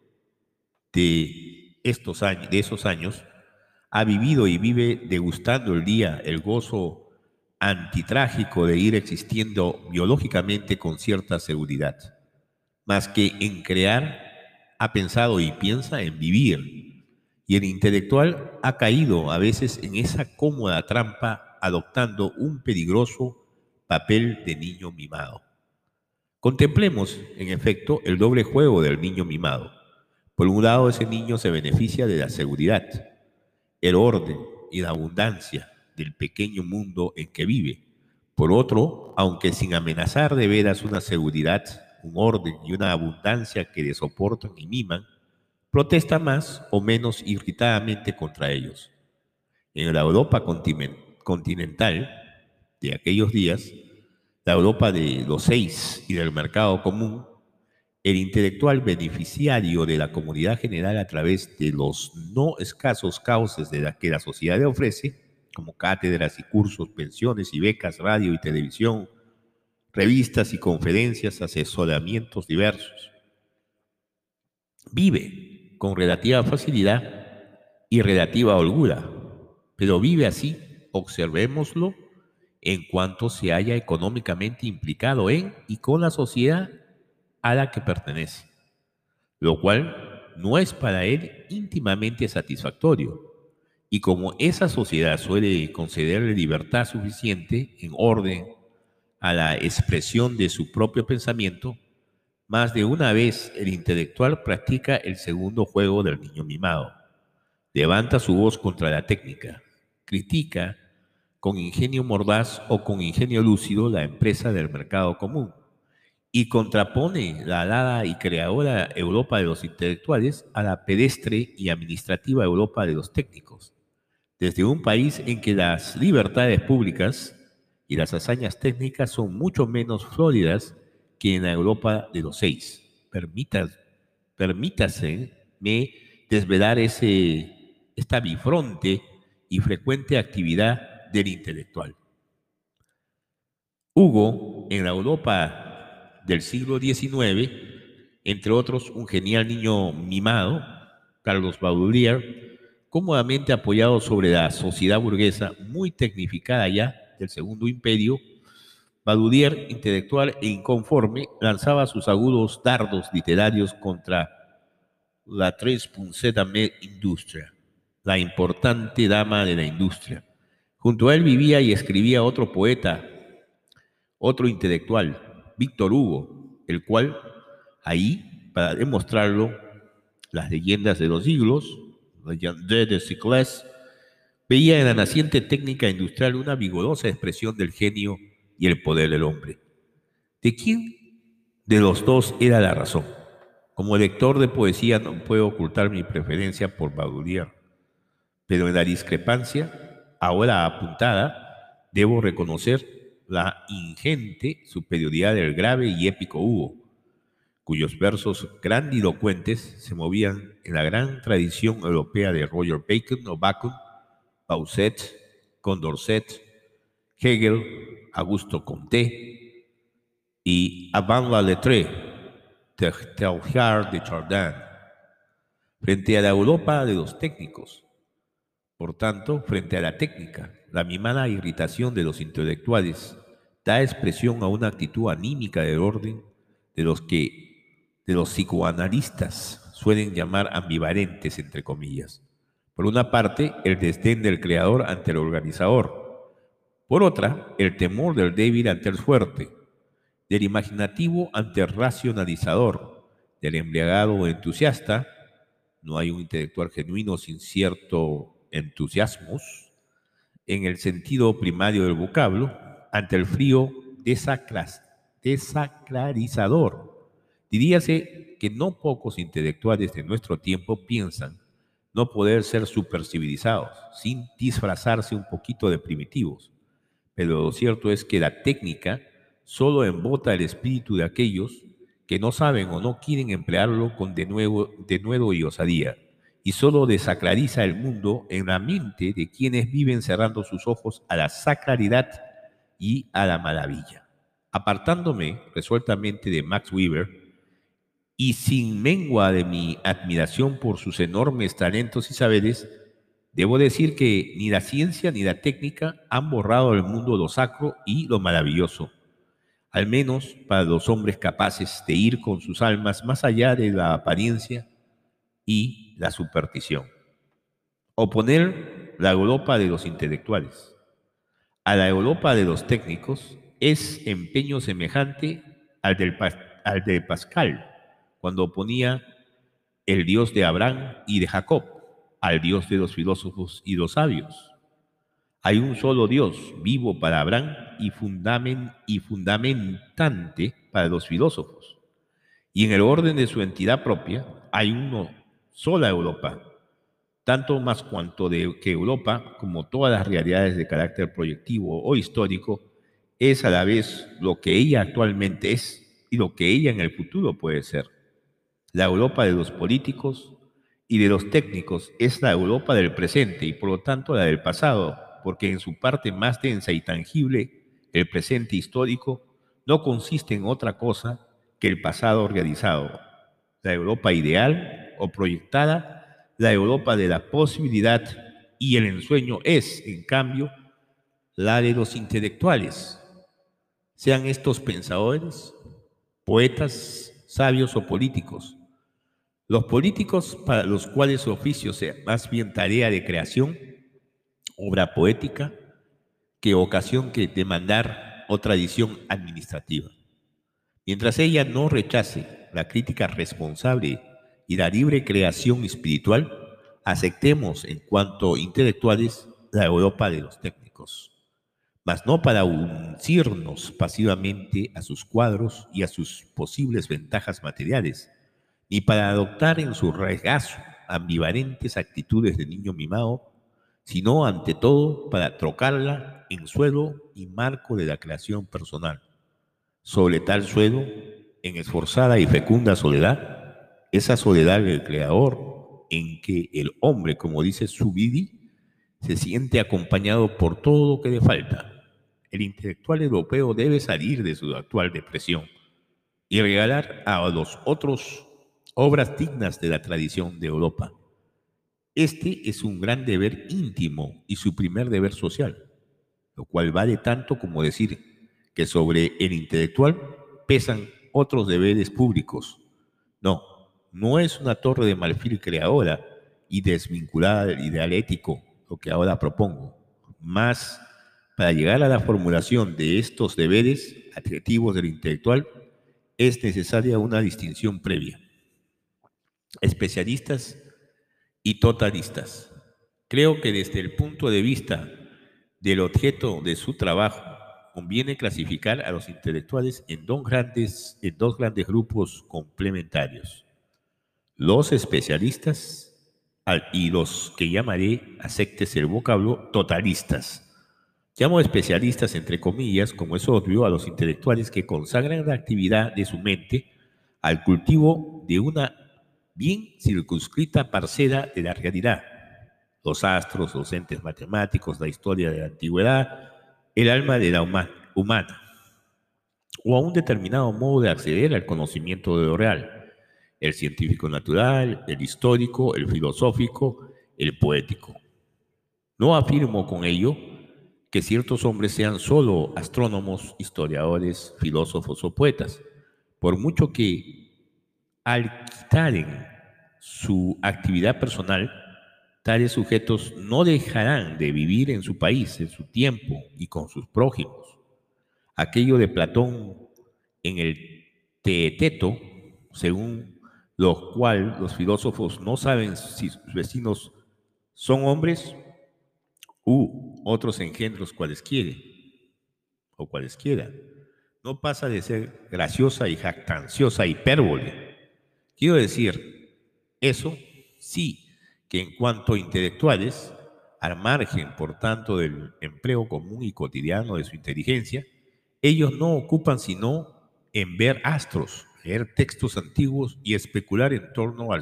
de esos años ha vivido y vive degustando el día, el gozo antitrágico de ir existiendo biológicamente con cierta seguridad. Más que en crear, ha pensado y piensa en vivir. Y el intelectual ha caído a veces en esa cómoda trampa, adoptando un peligroso papel de niño mimado. Contemplemos, en efecto, el doble juego del niño mimado. Por un lado, ese niño se beneficia de la seguridad, el orden y la abundancia del pequeño mundo en que vive. Por otro, aunque sin amenazar de veras una seguridad, un orden y una abundancia que le soportan y miman, protesta más o menos irritadamente contra ellos. En la Europa continental de aquellos días, la Europa de los 6 y del mercado común, el intelectual beneficiario de la comunidad general a través de los no escasos cauces que la sociedad le ofrece, como cátedras y cursos, pensiones y becas, radio y televisión, revistas y conferencias, asesoramientos diversos. Vive con relativa facilidad y relativa holgura, pero vive así, observémoslo, en cuanto se haya económicamente implicado en y con la sociedad a la que pertenece, lo cual no es para él íntimamente satisfactorio. Y como esa sociedad suele concederle libertad suficiente en orden a la expresión de su propio pensamiento, más de una vez el intelectual practica el segundo juego del niño mimado. Levanta su voz contra la técnica, critica con ingenio mordaz o con ingenio lúcido la empresa del mercado común y contrapone la alada y creadora Europa de los intelectuales a la pedestre y administrativa Europa de los técnicos. Desde un país en que las libertades públicas y las hazañas técnicas son mucho menos floridas que en la Europa de los 6. Permítaseme desvelar esta bifronte y frecuente actividad del intelectual. Hugo, en la Europa del siglo XIX, entre otros un genial niño mimado, Carlos Baudelaire, cómodamente apoyado sobre la sociedad burguesa muy tecnificada ya del Segundo Imperio, Baudelaire, intelectual e inconforme, lanzaba sus agudos dardos literarios contra la tres punzette industria, la importante dama de la industria. Junto a él vivía y escribía otro poeta, otro intelectual, Víctor Hugo, el cual ahí, para demostrarlo, las leyendas de los siglos, Leyendes de Siècles, veía en la naciente técnica industrial una vigorosa expresión del genio y el poder del hombre. ¿De quién de los dos era la razón? Como lector de poesía no puedo ocultar mi preferencia por Baudelaire, pero en la discrepancia, ahora apuntada, debo reconocer la ingente superioridad del grave y épico Hugo, cuyos versos grandilocuentes se movían en la gran tradición europea de Roger Bacon o Bacon, Bossuet, Condorcet, Hegel, Augusto Comte y Avant la lettre de Teilhard de Chardin, frente a la Europa de los técnicos. Por tanto, frente a la técnica, la mimada irritación de los intelectuales da expresión a una actitud anímica del orden de los psicoanalistas suelen llamar ambivalentes, entre comillas. Por una parte, el desdén del creador ante el organizador. Por otra, el temor del débil ante el fuerte, del imaginativo ante el racionalizador, del embriagado o entusiasta. No hay un intelectual genuino sin cierto entusiasmos, en el sentido primario del vocablo, ante el frío desacralizador. Diríase que no pocos intelectuales de nuestro tiempo piensan no poder ser supercivilizados sin disfrazarse un poquito de primitivos. Pero lo cierto es que la técnica solo embota el espíritu de aquellos que no saben o no quieren emplearlo con denuedo y osadía, y solo desacraliza el mundo en la mente de quienes viven cerrando sus ojos a la sacralidad y a la maravilla. Apartándome resueltamente de Max Weber, y sin mengua de mi admiración por sus enormes talentos y saberes, debo decir que ni la ciencia ni la técnica han borrado del mundo lo sacro y lo maravilloso, al menos para los hombres capaces de ir con sus almas más allá de la apariencia y la superstición. Oponer la Europa de los intelectuales a la Europa de los técnicos es empeño semejante al de Pascal, cuando oponía el Dios de Abraham y de Jacob al Dios de los filósofos y los sabios. Hay un solo Dios vivo para Abraham y fundamentante para los filósofos. Y en el orden de su entidad propia hay una sola Europa, tanto más cuanto de que Europa, como todas las realidades de carácter proyectivo o histórico, es a la vez lo que ella actualmente es y lo que ella en el futuro puede ser. La Europa de los políticos y de los técnicos es la Europa del presente y por lo tanto la del pasado, porque en su parte más densa y tangible, el presente histórico no consiste en otra cosa que el pasado realizado. La Europa ideal o proyectada, la Europa de la posibilidad y el ensueño es, en cambio, la de los intelectuales, sean estos pensadores, poetas, sabios o políticos. Los políticos, para los cuales su oficio sea más bien tarea de creación, obra poética, que ocasión que demandar o tradición administrativa. Mientras ella no rechace la crítica responsable y la libre creación espiritual, aceptemos en cuanto intelectuales la Europa de los técnicos, mas no para uncirnos pasivamente a sus cuadros y a sus posibles ventajas materiales, ni para adoptar en su regazo ambivalentes actitudes de niño mimado, sino ante todo para trocarla en suelo y marco de la creación personal. Sobre tal suelo, en esforzada y fecunda soledad, esa soledad del Creador, en que el hombre, como dice Zubidi, se siente acompañado por todo lo que le falta. El intelectual europeo debe salir de su actual depresión y regalar a los otros obras dignas de la tradición de Europa. Este es un gran deber íntimo y su primer deber social, lo cual vale tanto como decir que sobre el intelectual pesan otros deberes públicos. No, no es una torre de marfil creadora y desvinculada del ideal ético lo que ahora propongo. Más, para llegar a la formulación de estos deberes adjetivos del intelectual, es necesaria una distinción previa. Especialistas y totalistas. Creo que desde el punto de vista del objeto de su trabajo, conviene clasificar a los intelectuales en dos grandes grupos complementarios: los especialistas y los que llamaré, aceptes el vocablo, totalistas. Llamo especialistas, entre comillas, como es obvio, a los intelectuales que consagran la actividad de su mente al cultivo de una bien circunscrita parcela de la realidad: los astros, los entes matemáticos, la historia de la antigüedad, el alma de la humana, o a un determinado modo de acceder al conocimiento de lo real: el científico natural, el histórico, el filosófico, el poético. No afirmo con ello que ciertos hombres sean solo astrónomos, historiadores, filósofos o poetas, por mucho que al quitaren su actividad personal, tales sujetos no dejarán de vivir en su país, en su tiempo y con sus prójimos. Aquello de Platón en el Teeteto, según lo cual los filósofos no saben si sus vecinos son hombres u otros engendros cualesquiera. no pasa de ser graciosa y jactanciosa hipérbole. Quiero decir, eso sí, que en cuanto a intelectuales, al margen, por tanto, del empleo común y cotidiano de su inteligencia, ellos no ocupan sino en ver astros, leer textos antiguos y especular en torno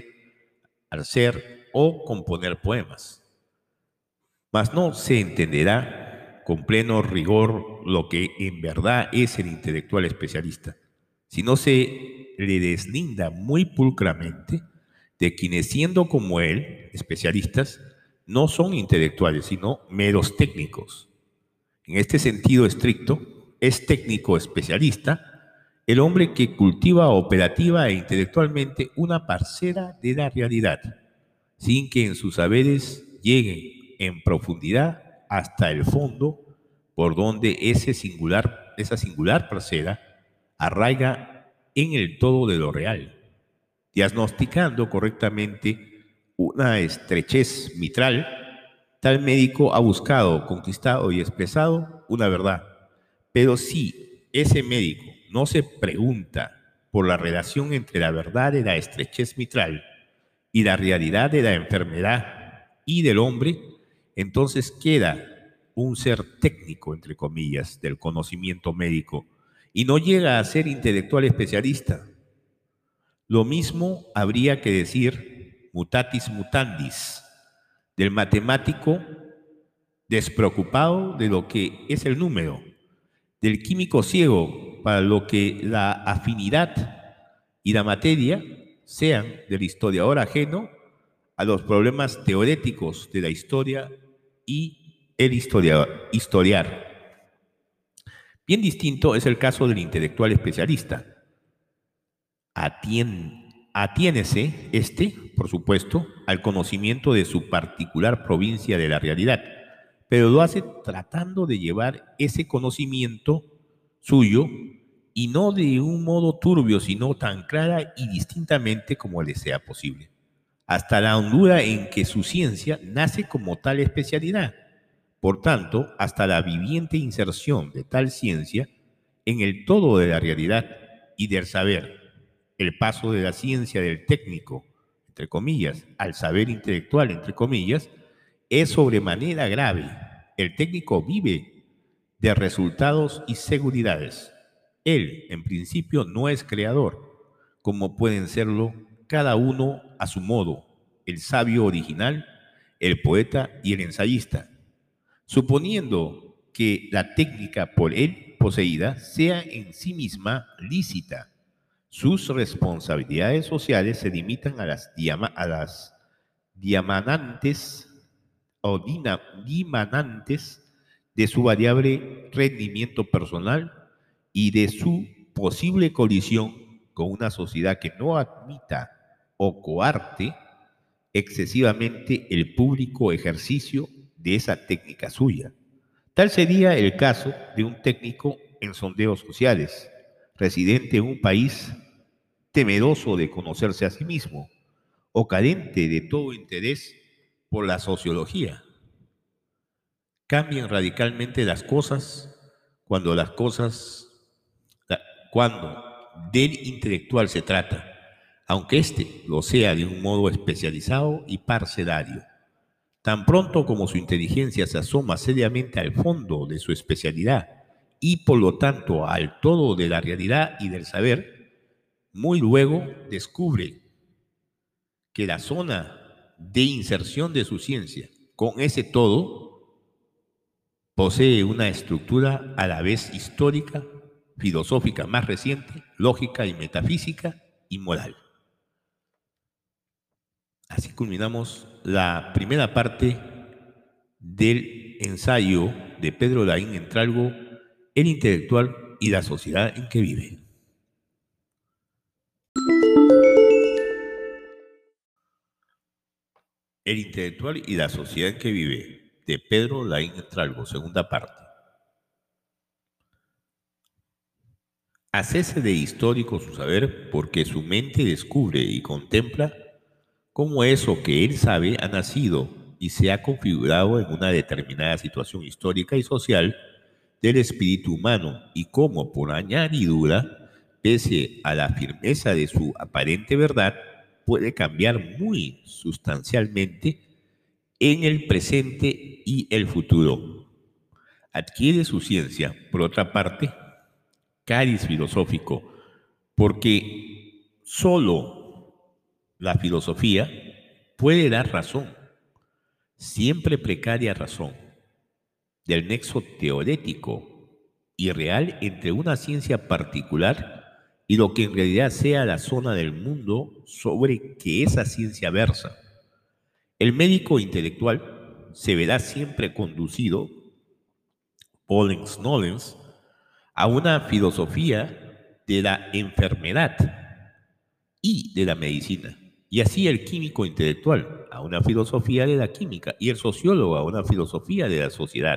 al ser o componer poemas. Mas no se entenderá con pleno rigor lo que en verdad es el intelectual especialista, si no se le deslinda muy pulcramente de quienes, siendo como él, especialistas, no son intelectuales, sino meros técnicos. En este sentido estricto, es técnico especialista el hombre que cultiva operativa e intelectualmente una parcela de la realidad, sin que en sus saberes lleguen en profundidad hasta el fondo, por donde esa singular parcela arraiga en el todo de lo real, diagnosticando correctamente una estrechez mitral. Tal médico ha buscado, conquistado y expresado una verdad. Pero si ese médico no se pregunta por la relación entre la verdad de la estrechez mitral y la realidad de la enfermedad y del hombre, entonces queda un ser técnico, entre comillas, del conocimiento médico y no llega a ser intelectual especialista. Lo mismo habría que decir, mutatis mutandis, del matemático despreocupado de lo que es el número, del químico ciego para lo que la afinidad y la materia sean, del historiador ajeno a los problemas teoréticos de la historia y el historiar. Bien distinto es el caso del intelectual especialista. Atiénese por supuesto, al conocimiento de su particular provincia de la realidad, pero lo hace tratando de llevar ese conocimiento suyo y no de un modo turbio, sino tan clara y distintamente como le sea posible, hasta la hondura en que su ciencia nace como tal especialidad. Por tanto, hasta la viviente inserción de tal ciencia en el todo de la realidad y del saber, el paso de la ciencia del técnico, entre comillas, al saber intelectual, entre comillas, es sobremanera grave. El técnico vive de resultados y seguridades. Él, en principio, no es creador, como pueden serlo cada uno a su modo, el sabio original, el poeta y el ensayista, suponiendo que la técnica por él poseída sea en sí misma lícita. Sus responsabilidades sociales se limitan a las dimanantes de su variable rendimiento personal y de su posible colisión con una sociedad que no admita o coarte excesivamente el público ejercicio de esa técnica suya. Tal sería el caso de un técnico en sondeos sociales, residente en un país temeroso de conocerse a sí mismo o carente de todo interés por la sociología. Cambian radicalmente las cosas cuando cuando del intelectual se trata, aunque éste lo sea de un modo especializado y parcelario. Tan pronto como su inteligencia se asoma seriamente al fondo de su especialidad y por lo tanto al todo de la realidad y del saber, muy luego descubre que la zona de inserción de su ciencia con ese todo posee una estructura a la vez histórica, filosófica más reciente, lógica y metafísica y moral. Así culminamos la primera parte del ensayo de Pedro Laín Entralgo, El intelectual y la sociedad en que vive. El intelectual y la sociedad en que vive, de Pedro Laín Entralgo, segunda parte. Hacese de histórico su saber porque su mente descubre y contempla cómo eso que él sabe ha nacido y se ha configurado en una determinada situación histórica y social del espíritu humano y cómo, por añadidura, pese a la firmeza de su aparente verdad, puede cambiar muy sustancialmente en el presente y el futuro. Adquiere su ciencia, por otra parte, cariz filosófico, porque sólo la filosofía puede dar razón, siempre precaria razón, del nexo teorético y real entre una ciencia particular y lo que en realidad sea la zona del mundo sobre que esa ciencia versa. El médico intelectual se verá siempre conducido, volens nolens, a una filosofía de la enfermedad y de la medicina. Y así el químico intelectual a una filosofía de la química y el sociólogo a una filosofía de la sociedad.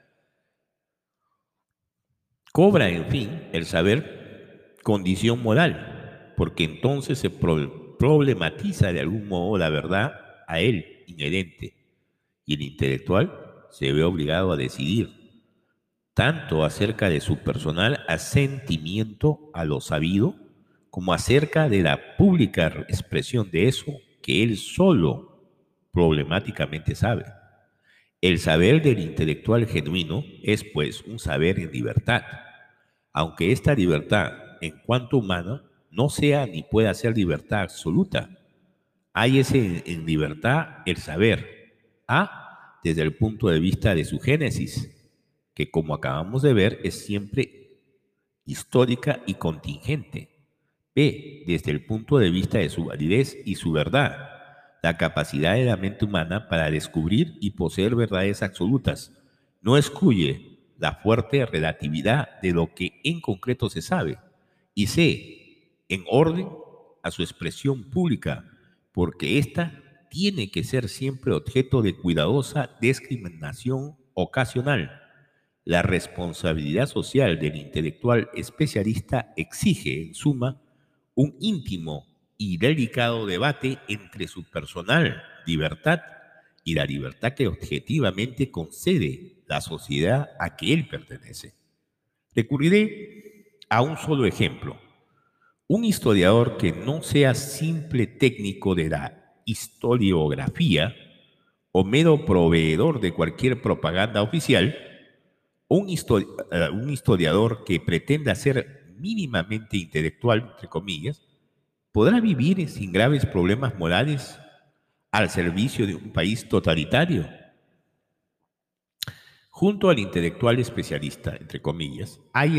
Cobra, en fin, el saber condición moral, porque entonces se problematiza de algún modo la verdad a él inherente, y el intelectual se ve obligado a decidir tanto acerca de su personal asentimiento a lo sabido, como acerca de la pública expresión de eso que él solo problemáticamente sabe. El saber del intelectual genuino es, pues, un saber en libertad, aunque esta libertad, en cuanto humana, no sea ni pueda ser libertad absoluta. Hay en libertad el saber, A, desde el punto de vista de su génesis, que como acabamos de ver es siempre histórica y contingente. B, desde el punto de vista de su validez y su verdad, la capacidad de la mente humana para descubrir y poseer verdades absolutas. No excluye la fuerte relatividad de lo que en concreto se sabe. Y C, en orden a su expresión pública, porque ésta tiene que ser siempre objeto de cuidadosa discriminación ocasional. La responsabilidad social del intelectual especialista exige, en suma, un íntimo y delicado debate entre su personal libertad y la libertad que objetivamente concede la sociedad a que él pertenece. Recurriré a un solo ejemplo. Un historiador que no sea simple técnico de la historiografía o mero proveedor de cualquier propaganda oficial, un historiador que pretenda ser mínimamente intelectual, entre comillas, podrá vivir sin graves problemas morales al servicio de un país totalitario. Junto al intelectual especialista, entre comillas, hay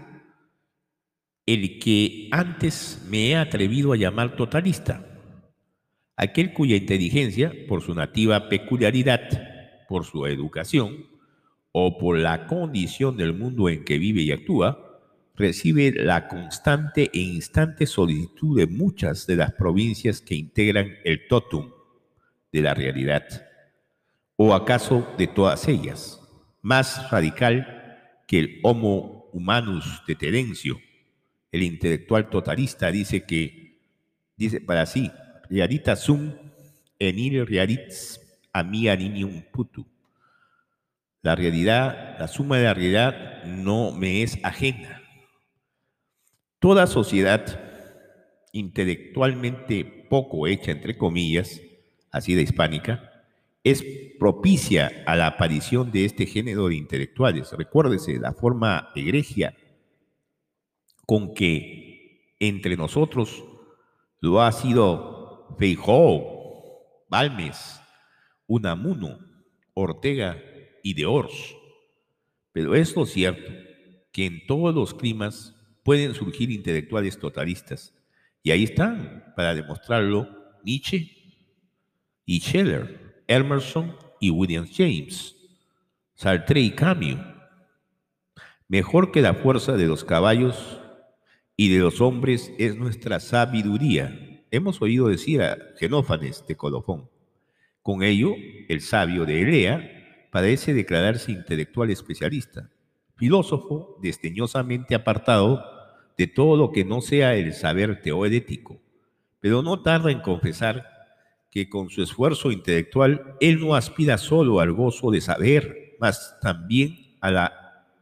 el que antes me he atrevido a llamar totalista, aquel cuya inteligencia, por su nativa peculiaridad, por su educación o por la condición del mundo en que vive y actúa, recibe la constante e instante solicitud de muchas de las provincias que integran el totum de la realidad, o acaso de todas ellas, más radical que el Homo humanus de Terencio. El intelectual totalista dice para sí, realita sum enil realits ami animium putu. La realidad, la suma de la realidad no me es ajena. Toda sociedad intelectualmente poco hecha, entre comillas, así de hispánica, es propicia a la aparición de este género de intelectuales. Recuérdese la forma egregia con que entre nosotros lo ha sido Feijóo, Balmes, Unamuno, Ortega y de Ors. Pero es lo cierto que en todos los climas pueden surgir intelectuales totalistas. Y ahí están, para demostrarlo, Nietzsche y Schiller, Emerson y William James, Sartre y Camus. Mejor que la fuerza de los caballos y de los hombres es nuestra sabiduría. Hemos oído decir a Xenófanes de Colofón. Con ello, el sabio de Elea parece declararse intelectual especialista, filósofo desdeñosamente apartado de todo lo que no sea el saber teorético, pero no tarda en confesar que con su esfuerzo intelectual él no aspira solo al gozo de saber, mas también a la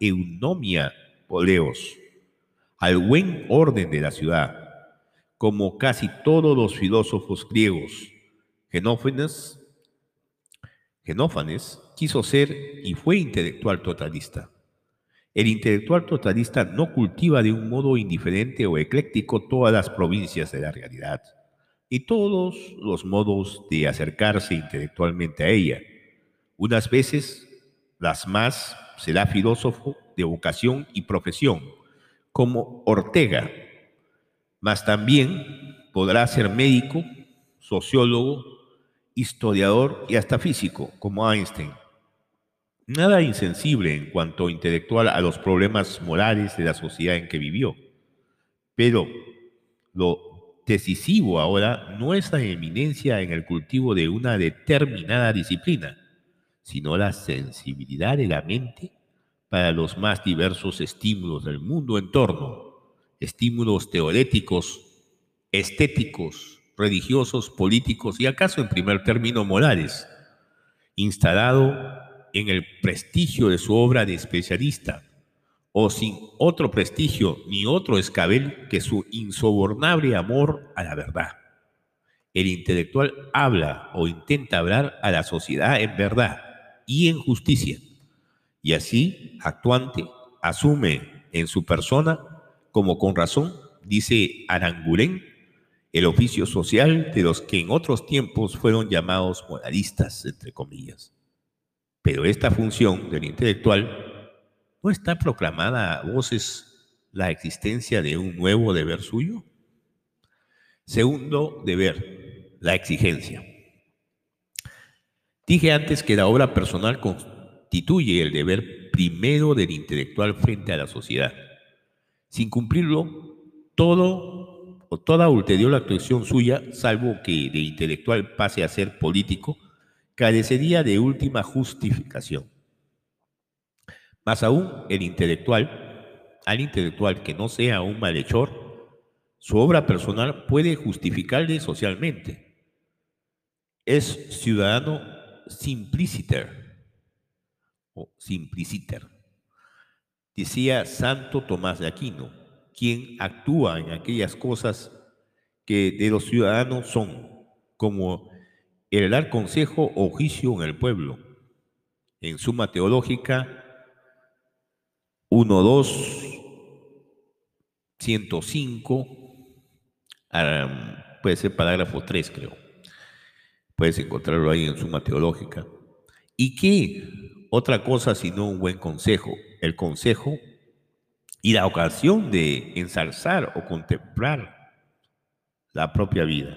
eunomia poleos, al buen orden de la ciudad, como casi todos los filósofos griegos. Genófanes quiso ser y fue intelectual totalista. El intelectual totalista no cultiva de un modo indiferente o ecléctico todas las provincias de la realidad y todos los modos de acercarse intelectualmente a ella. Unas veces, las más, será filósofo de vocación y profesión, como Ortega, mas también podrá ser médico, sociólogo, historiador y hasta físico, como Einstein. Nada insensible en cuanto intelectual a los problemas morales de la sociedad en que vivió. Pero lo decisivo ahora no es la eminencia en el cultivo de una determinada disciplina, sino la sensibilidad de la mente para los más diversos estímulos del mundo en torno, estímulos teoréticos, estéticos, religiosos, políticos y acaso en primer término morales, instalado en el prestigio de su obra de especialista, o sin otro prestigio ni otro escabel que su insobornable amor a la verdad. El intelectual habla o intenta hablar a la sociedad en verdad y en justicia, y así, actuante, asume en su persona, como con razón, dice Aranguren, el oficio social de los que en otros tiempos fueron llamados moralistas, entre comillas. Pero esta función del intelectual no está proclamada a voces la existencia de un nuevo deber suyo. Segundo deber, la exigencia. Dije antes que la obra personal constituye el deber primero del intelectual frente a la sociedad. Sin cumplirlo, toda ulterior actuación suya, salvo que de intelectual pase a ser político, carecería de última justificación. Más aún, al intelectual que no sea un malhechor, su obra personal puede justificarle socialmente. Es ciudadano simpliciter, decía Santo Tomás de Aquino, quien actúa en aquellas cosas que de los ciudadanos son, como el dar consejo o juicio en el pueblo. En Suma Teológica 1.2.105, puede ser parágrafo 3, creo. Puedes encontrarlo ahí en Suma Teológica. ¿Y qué otra cosa sino un buen consejo? El consejo y la ocasión de ensalzar o contemplar la propia vida.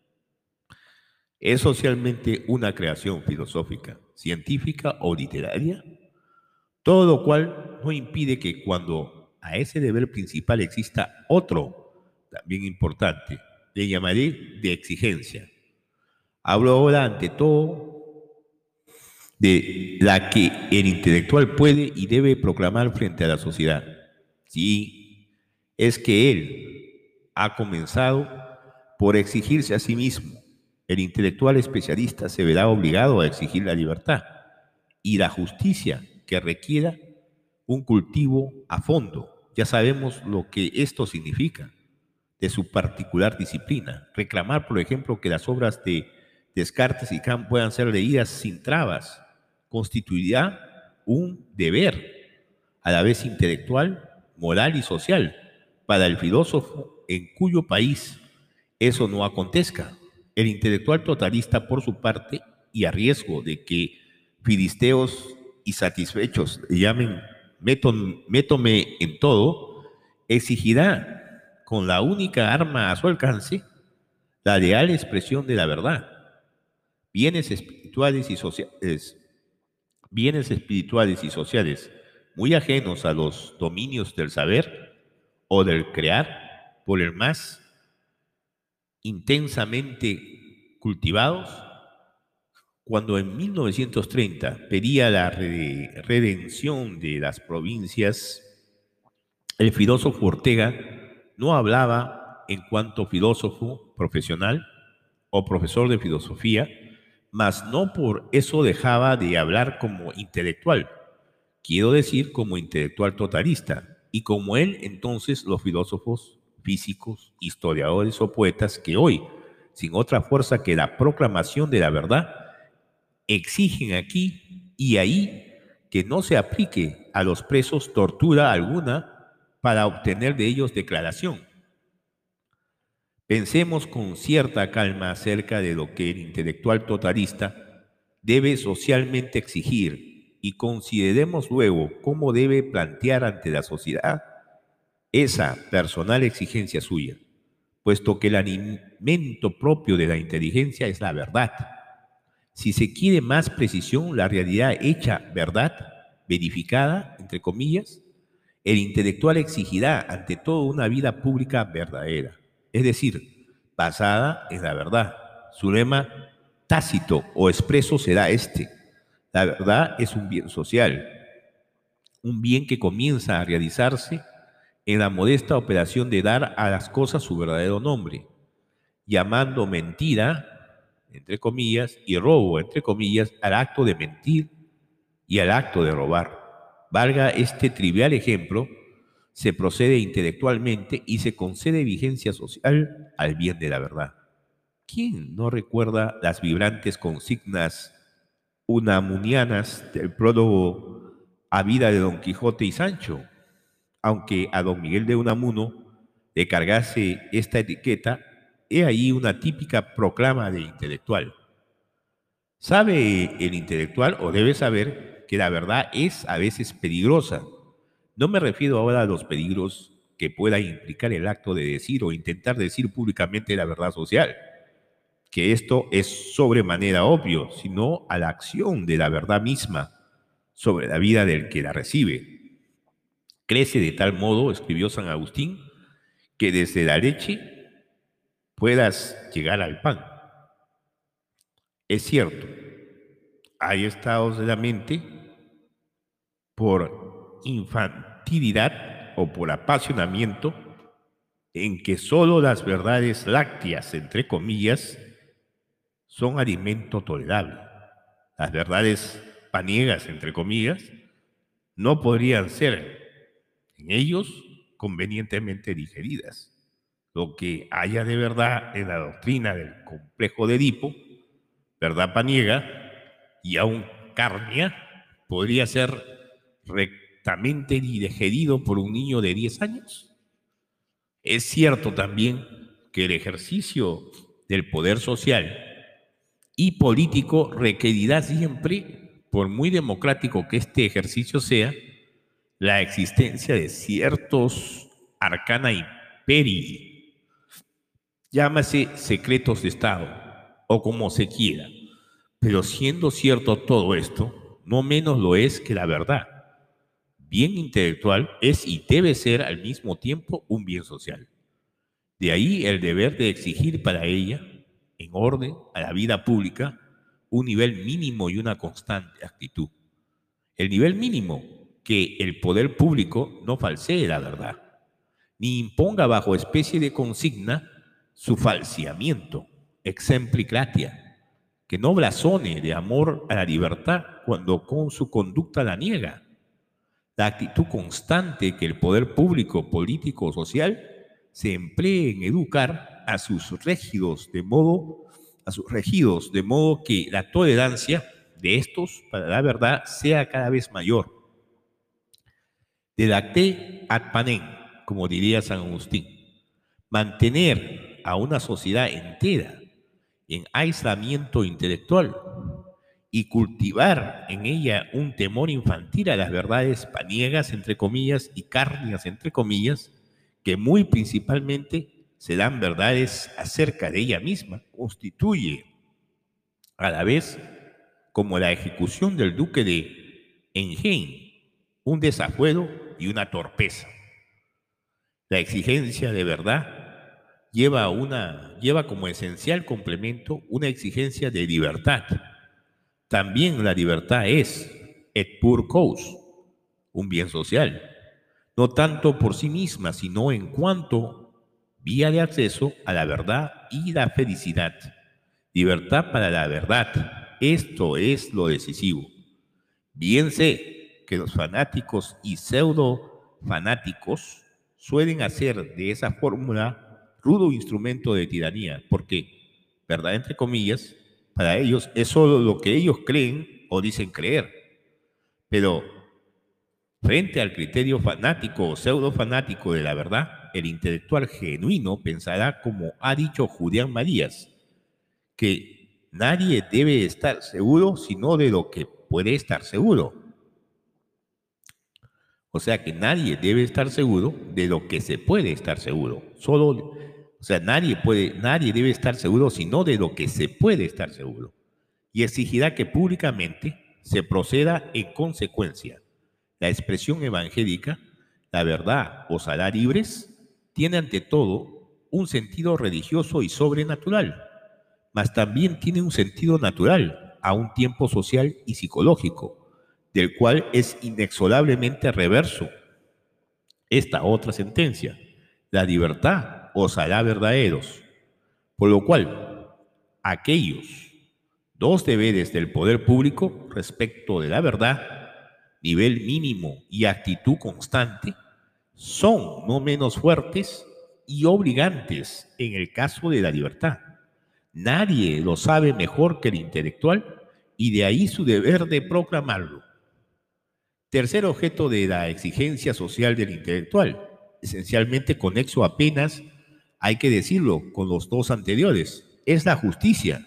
¿Es socialmente una creación filosófica, científica o literaria? Todo lo cual no impide que cuando a ese deber principal exista otro, también importante, le llamaré de exigencia. Hablo ahora ante todo de la que el intelectual puede y debe proclamar frente a la sociedad. Sí, es que él ha comenzado por exigirse a sí mismo. El intelectual especialista se verá obligado a exigir la libertad y la justicia que requiera un cultivo a fondo. Ya sabemos lo que esto significa de su particular disciplina. Reclamar, por ejemplo, que las obras de Descartes y Kant puedan ser leídas sin trabas constituirá un deber, a la vez intelectual, moral y social, para el filósofo en cuyo país eso no acontezca. El intelectual totalista, por su parte, y a riesgo de que filisteos y satisfechos llamen métome en todo, exigirá con la única arma a su alcance la leal expresión de la verdad. Bienes espirituales y sociales muy ajenos a los dominios del saber o del crear por el más intensamente cultivados. Cuando en 1930 pedía la redención de las provincias, el filósofo Ortega no hablaba en cuanto filósofo profesional o profesor de filosofía, mas no por eso dejaba de hablar como intelectual, quiero decir como intelectual totalista, y como él, entonces los filósofos, físicos, historiadores o poetas que hoy, sin otra fuerza que la proclamación de la verdad, exigen aquí y ahí que no se aplique a los presos tortura alguna para obtener de ellos declaración. Pensemos con cierta calma acerca de lo que el intelectual totalista debe socialmente exigir y consideremos luego cómo debe plantear ante la sociedad esa personal exigencia suya, puesto que el alimento propio de la inteligencia es la verdad. Si se quiere más precisión, la realidad hecha verdad, verificada, entre comillas, el intelectual exigirá ante todo una vida pública verdadera, es decir, basada en la verdad. Su lema tácito o expreso será este: la verdad es un bien social, un bien que comienza a realizarse en la modesta operación de dar a las cosas su verdadero nombre, llamando mentira, entre comillas, y robo, entre comillas, al acto de mentir y al acto de robar. Valga este trivial ejemplo, se procede intelectualmente y se concede vigencia social al bien de la verdad. ¿Quién no recuerda las vibrantes consignas unamunianas del prólogo a vida de Don Quijote y Sancho? Aunque a Don Miguel de Unamuno le cargase esta etiqueta, he ahí una típica proclama de intelectual. Sabe el intelectual, o debe saber, que la verdad es a veces peligrosa. No me refiero ahora a los peligros que pueda implicar el acto de decir o intentar decir públicamente la verdad social, que esto es sobremanera obvio, sino a la acción de la verdad misma sobre la vida del que la recibe. Crece de tal modo, escribió San Agustín, que desde la leche puedas llegar al pan. Es cierto, hay estados de la mente por infantilidad o por apasionamiento en que solo las verdades lácteas, entre comillas, son alimento tolerable. Las verdades paniegas, entre comillas, no podrían ser en ellos convenientemente digeridas. Lo que haya de verdad en la doctrina del complejo de Edipo, verdad paniega y aún carnia, podría ser rectamente digerido por un niño de 10 años. Es cierto también que el ejercicio del poder social y político requerirá siempre, por muy democrático que este ejercicio sea, la existencia de ciertos arcana imperii, llámase secretos de Estado o como se quiera, pero siendo cierto todo esto, no menos lo es que la verdad, bien intelectual, es y debe ser al mismo tiempo un bien social. De ahí el deber de exigir para ella, en orden a la vida pública, un nivel mínimo y una constante actitud. El nivel mínimo, que el poder público no falsee la verdad, ni imponga bajo especie de consigna su falseamiento, exemplicratia, que no blasone de amor a la libertad cuando con su conducta la niega. La actitud constante que el poder público, político o social se emplee en educar a sus regidos de modo que la tolerancia de estos para la verdad sea cada vez mayor. Dedacte ad panem, como diría San Agustín. Mantener a una sociedad entera en aislamiento intelectual y cultivar en ella un temor infantil a las verdades paniegas, entre comillas, y carnias, entre comillas, que muy principalmente se dan verdades acerca de ella misma, constituye a la vez, como la ejecución del duque de Enghien, un desafuero y una torpeza. La exigencia de verdad lleva como esencial complemento una exigencia de libertad. También la libertad es, et pure cause, un bien social, no tanto por sí misma, sino en cuanto vía de acceso a la verdad y la felicidad. Libertad para la verdad, esto es lo decisivo. Bien sé que los fanáticos y pseudo fanáticos suelen hacer de esa fórmula rudo instrumento de tiranía, porque, verdad entre comillas, para ellos es solo lo que ellos creen o dicen creer. Pero frente al criterio fanático o pseudo fanático de la verdad, el intelectual genuino pensará como ha dicho Julián Marías, que nadie debe estar seguro sino de lo que puede estar seguro. O sea que nadie debe estar seguro de lo que se puede estar seguro. Nadie debe estar seguro sino de lo que se puede estar seguro. Y exigirá que públicamente se proceda en consecuencia. La expresión evangélica, la verdad os hará libres, tiene ante todo un sentido religioso y sobrenatural, mas también tiene un sentido natural a un tiempo social y psicológico, del cual es inexorablemente reverso esta otra sentencia: la libertad os hará verdaderos. Por lo cual, aquellos dos deberes del poder público respecto de la verdad, nivel mínimo y actitud constante, son no menos fuertes y obligantes en el caso de la libertad. Nadie lo sabe mejor que el intelectual, y de ahí su deber de proclamarlo. Tercer objeto de la exigencia social del intelectual, esencialmente conexo apenas, hay que decirlo, con los dos anteriores, es la justicia.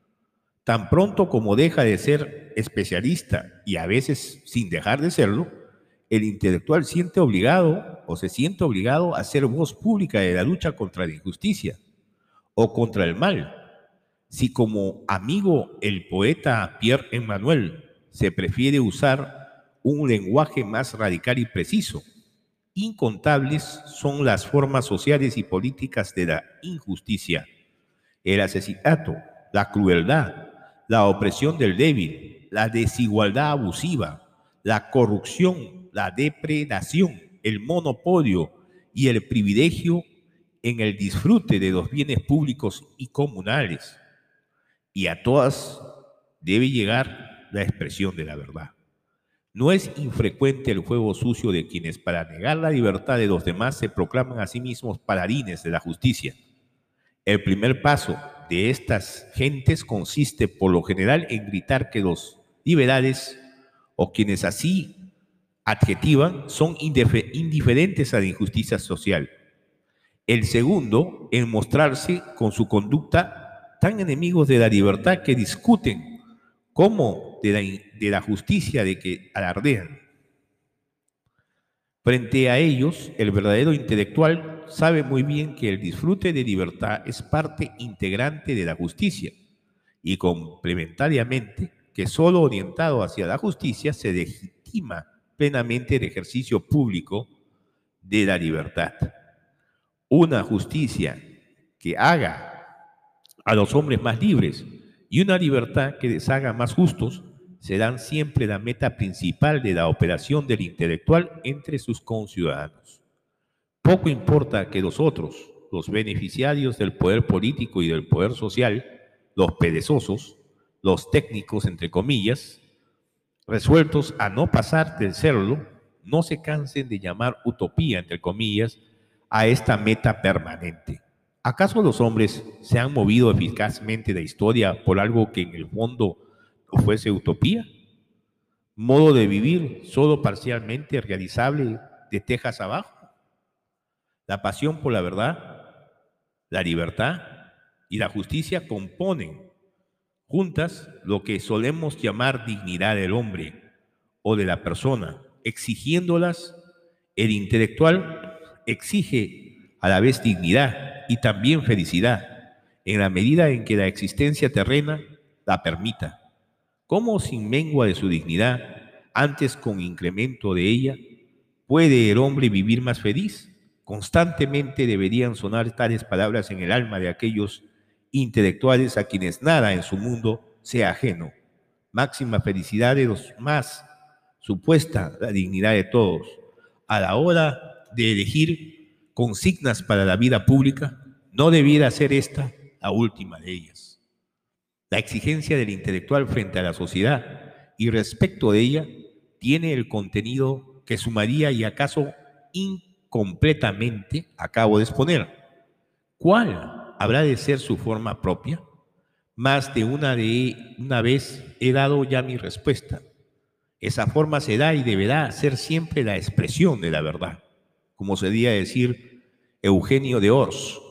Tan pronto como deja de ser especialista, y a veces sin dejar de serlo, el intelectual se siente obligado a ser voz pública de la lucha contra la injusticia o contra el mal. Si como amigo el poeta Pierre Emmanuel se prefiere usar un lenguaje más radical y preciso, incontables son las formas sociales y políticas de la injusticia, el asesinato, la crueldad, la opresión del débil, la desigualdad abusiva, la corrupción, la depredación, el monopolio y el privilegio en el disfrute de los bienes públicos y comunales. Y a todas debe llegar la expresión de la verdad. No es infrecuente el juego sucio de quienes, para negar la libertad de los demás, se proclaman a sí mismos paladines de la justicia. El primer paso de estas gentes consiste, por lo general, en gritar que los liberales, o quienes así adjetivan, son indiferentes a la injusticia social. El segundo, en mostrarse con su conducta tan enemigos de la libertad que discuten como de la justicia de que alardean. Frente a ellos, el verdadero intelectual sabe muy bien que el disfrute de libertad es parte integrante de la justicia, y complementariamente que solo orientado hacia la justicia se legitima plenamente el ejercicio público de la libertad. Una justicia que haga a los hombres más libres y una libertad que les haga más justos serán siempre la meta principal de la operación del intelectual entre sus conciudadanos. Poco importa que los otros, los beneficiarios del poder político y del poder social, los perezosos, los técnicos, entre comillas, resueltos a no pasar del serlo, no se cansen de llamar utopía, entre comillas, a esta meta permanente. ¿Acaso los hombres se han movido eficazmente de la historia por algo que en el fondo no fuese utopía? ¿Modo de vivir solo parcialmente realizable de tejas abajo? La pasión por la verdad, la libertad y la justicia componen juntas lo que solemos llamar dignidad del hombre o de la persona. Exigiéndolas, el intelectual exige a la vez dignidad y también felicidad, en la medida en que la existencia terrena la permita. ¿Cómo sin mengua de su dignidad, antes con incremento de ella, puede el hombre vivir más feliz? Constantemente deberían sonar tales palabras en el alma de aquellos intelectuales a quienes nada en su mundo sea ajeno. Máxima felicidad de los más, supuesta la dignidad de todos. A la hora de elegir consignas para la vida pública, no debiera ser esta la última de ellas. La exigencia del intelectual frente a la sociedad y respecto de ella tiene el contenido que sumaría y acaso incompletamente acabo de exponer. ¿Cuál habrá de ser su forma propia? Más de una vez he dado ya mi respuesta. Esa forma será y deberá ser siempre la expresión de la verdad, como solía decir Eugenio de Ors.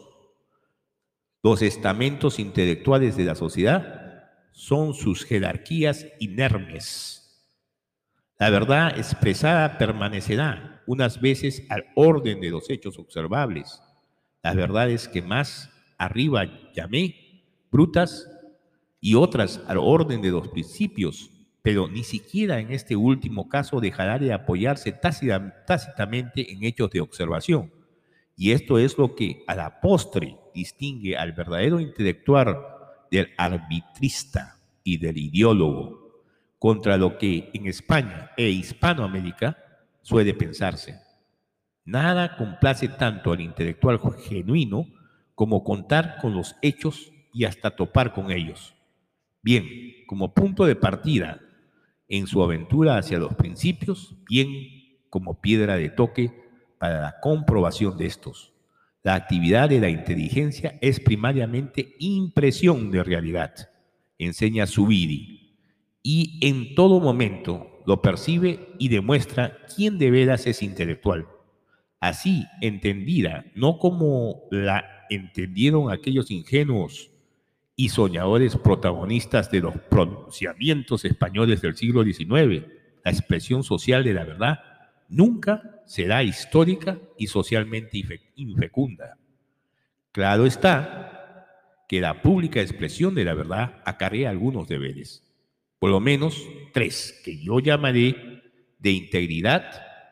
Los estamentos intelectuales de la sociedad son sus jerarquías inermes. La verdad expresada permanecerá unas veces al orden de los hechos observables. Las verdades que más arriba llamé brutas y otras al orden de los principios, pero ni siquiera en este último caso dejará de apoyarse tácitamente en hechos de observación. Y esto es lo que a la postre distingue al verdadero intelectual del arbitrista y del ideólogo, contra lo que en España e Hispanoamérica suele pensarse. Nada complace tanto al intelectual genuino como contar con los hechos y hasta topar con ellos. Bien, como punto de partida en su aventura hacia los principios, bien como piedra de toque para la comprobación de estos. La actividad de la inteligencia es primariamente impresión de realidad, enseña Zubiri, y en todo momento lo percibe y demuestra quién de veras es intelectual. Así entendida, no como la entendieron aquellos ingenuos y soñadores protagonistas de los pronunciamientos españoles del siglo XIX, la expresión social de la verdad nunca será histórica y socialmente infecunda. Claro está que la pública expresión de la verdad acarrea algunos deberes, por lo menos 3, que yo llamaré de integridad,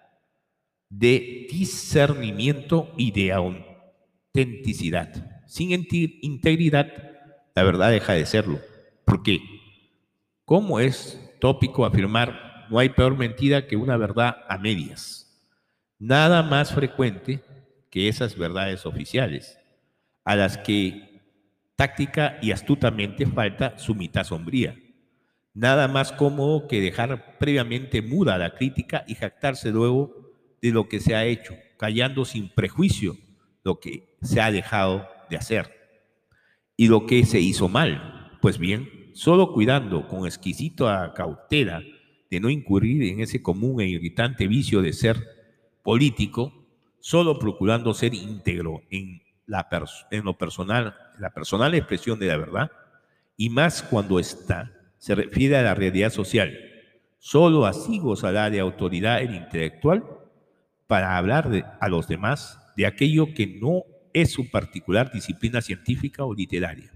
de discernimiento y de autenticidad. Sin integridad, la verdad deja de serlo. ¿Por qué? ¿Cómo es tópico afirmar no hay peor mentira que una verdad a medias? Nada más frecuente que esas verdades oficiales, a las que táctica y astutamente falta su mitad sombría. Nada más cómodo que dejar previamente muda la crítica y jactarse luego de lo que se ha hecho, callando sin prejuicio lo que se ha dejado de hacer y lo que se hizo mal. Pues bien, solo cuidando con exquisita cautela de no incurrir en ese común e irritante vicio de ser político, solo procurando ser íntegro en lo personal, la personal expresión de la verdad, y más cuando ésta se refiere a la realidad social. Solo así gozará de autoridad el intelectual para hablar a los demás de aquello que no es su particular disciplina científica o literaria.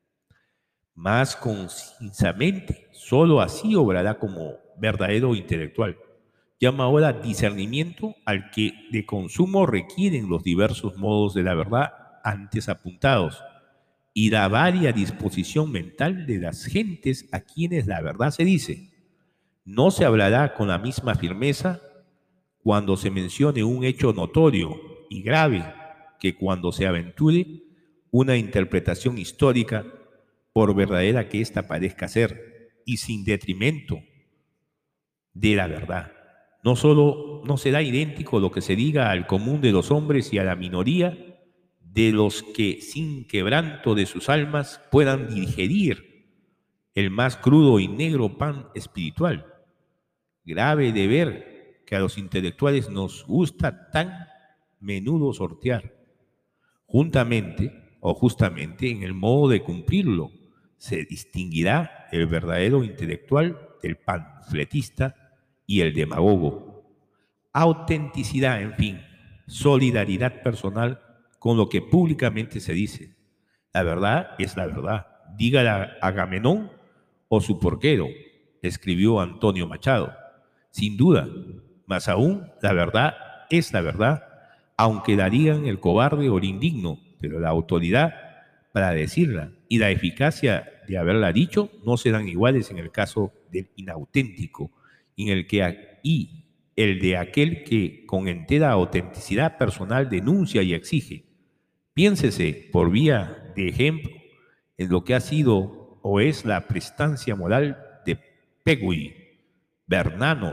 Más concisamente, solo así obrará como verdadero intelectual. Llama ahora discernimiento al que de consumo requieren los diversos modos de la verdad antes apuntados y la varia disposición mental de las gentes a quienes la verdad se dice. No se hablará con la misma firmeza cuando se mencione un hecho notorio y grave que cuando se aventure una interpretación histórica, por verdadera que ésta parezca ser, y sin detrimento de la verdad. No solo no será idéntico lo que se diga al común de los hombres y a la minoría de los que sin quebranto de sus almas puedan digerir el más crudo y negro pan espiritual. Grave de ver que a los intelectuales nos gusta tan menudo sortear. Juntamente o justamente en el modo de cumplirlo se distinguirá el verdadero intelectual del panfletista y el demagogo. Autenticidad, en fin, solidaridad personal con lo que públicamente se dice. La verdad es la verdad, dígala Agamenón o su porquero, escribió Antonio Machado. Sin duda, más aún, la verdad es la verdad, aunque la digan el cobarde o el indigno, pero la autoridad para decirla y la eficacia de haberla dicho no serán iguales en el caso del inauténtico y el de aquel que con entera autenticidad personal denuncia y exige. Piénsese, por vía de ejemplo, en lo que ha sido o es la prestancia moral de Pegui, Bernanos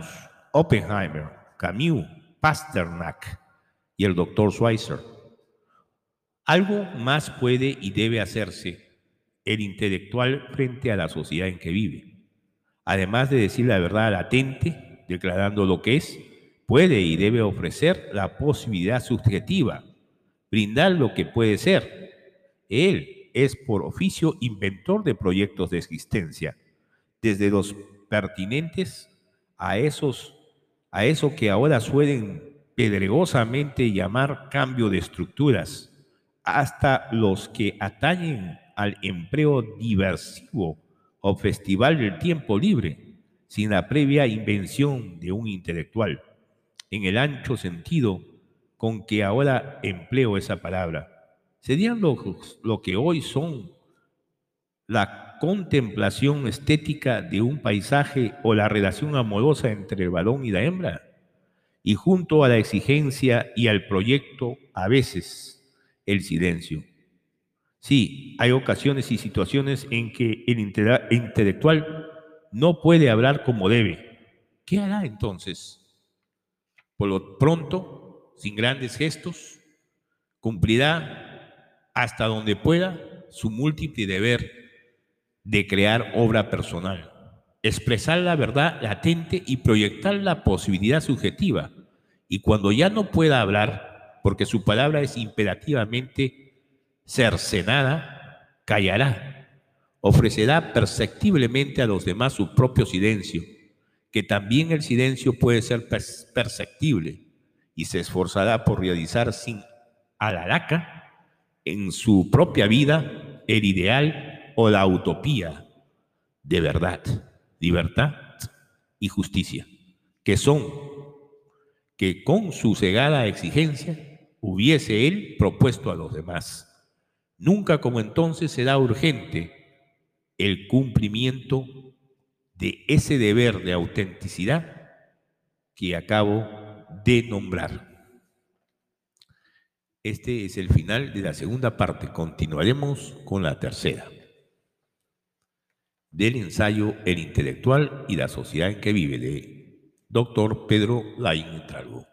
Oppenheimer, Camus, Pasternak y el doctor Schweitzer. Algo más puede y debe hacerse el intelectual frente a la sociedad en que vive. Además de decir la verdad latente, declarando lo que es, puede y debe ofrecer la posibilidad subjetiva, brindar lo que puede ser. Él es por oficio inventor de proyectos de existencia, desde los pertinentes a eso que ahora suelen pedregosamente llamar cambio de estructuras, hasta los que atañen al empleo diversivo o festival del tiempo libre, sin la previa invención de un intelectual, en el ancho sentido con que ahora empleo esa palabra. Serían lo que hoy son la contemplación estética de un paisaje o la relación amorosa entre el varón y la hembra, y junto a la exigencia y al proyecto, a veces, el silencio. Sí, hay ocasiones y situaciones en que el intelectual no puede hablar como debe. ¿Qué hará entonces? Por lo pronto, sin grandes gestos, cumplirá hasta donde pueda su múltiple deber de crear obra personal, expresar la verdad latente y proyectar la posibilidad subjetiva. Y cuando ya no pueda hablar, porque su palabra es imperativamente cercenada, callará, ofrecerá perceptiblemente a los demás su propio silencio, que también el silencio puede ser perceptible, y se esforzará por realizar sin alaraca en su propia vida el ideal o la utopía de verdad, libertad y justicia, que con su cegada exigencia hubiese él propuesto a los demás. Nunca como entonces será urgente el cumplimiento de ese deber de autenticidad que acabo de nombrar. Este es el final de la segunda parte. Continuaremos con la tercera. Del ensayo El intelectual y la sociedad en que vive, de Dr. Pedro Laín Entralgo.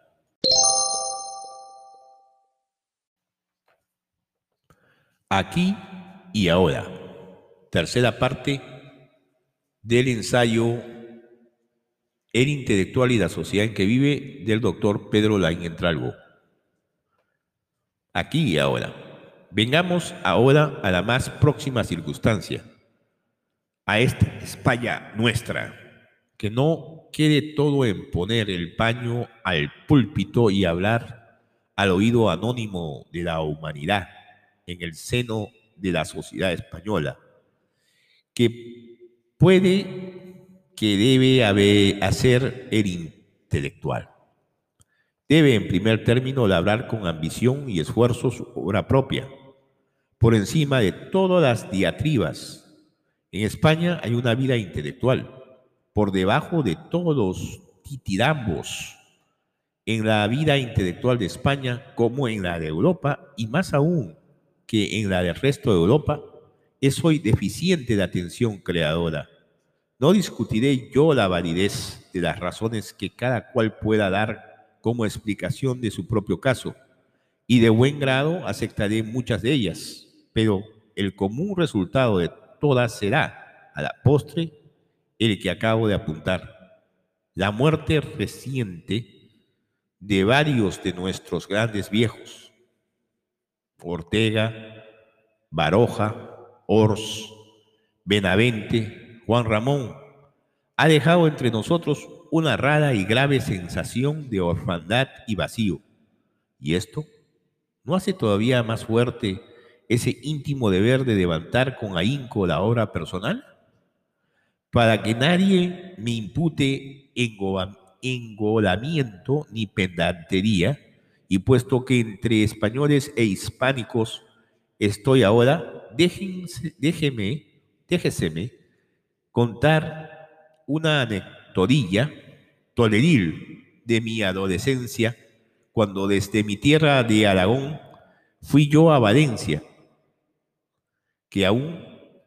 Aquí y ahora. Tercera parte del ensayo El intelectual y la sociedad en que vive, del doctor Pedro Laín Entralgo. Aquí y ahora. Vengamos ahora a la más próxima circunstancia, a esta España nuestra, que no quede todo en poner el paño al púlpito y hablar al oído anónimo de la humanidad en el seno de la sociedad española, que debe hacer el intelectual. Debe, en primer término, labrar con ambición y esfuerzo su obra propia, por encima de todas las diatribas. En España hay una vida intelectual, por debajo de todos los titirambos. En la vida intelectual de España, como en la de Europa, y más aún que en la del resto de Europa, es hoy deficiente de atención creadora. No discutiré yo la validez de las razones que cada cual pueda dar como explicación de su propio caso, y de buen grado aceptaré muchas de ellas, pero el común resultado de todas será, a la postre, el que acabo de apuntar: la muerte reciente de varios de nuestros grandes viejos, Ortega, Baroja, Ors, Benavente, Juan Ramón, ha dejado entre nosotros una rara y grave sensación de orfandad y vacío. ¿Y esto no hace todavía más fuerte ese íntimo deber de levantar con ahínco la obra personal? Para que nadie me impute engolamiento ni pedantería, y puesto que entre españoles e hispánicos estoy ahora, déjeseme contar una anecdotilla toleril de mi adolescencia, cuando desde mi tierra de Aragón fui yo a Valencia, que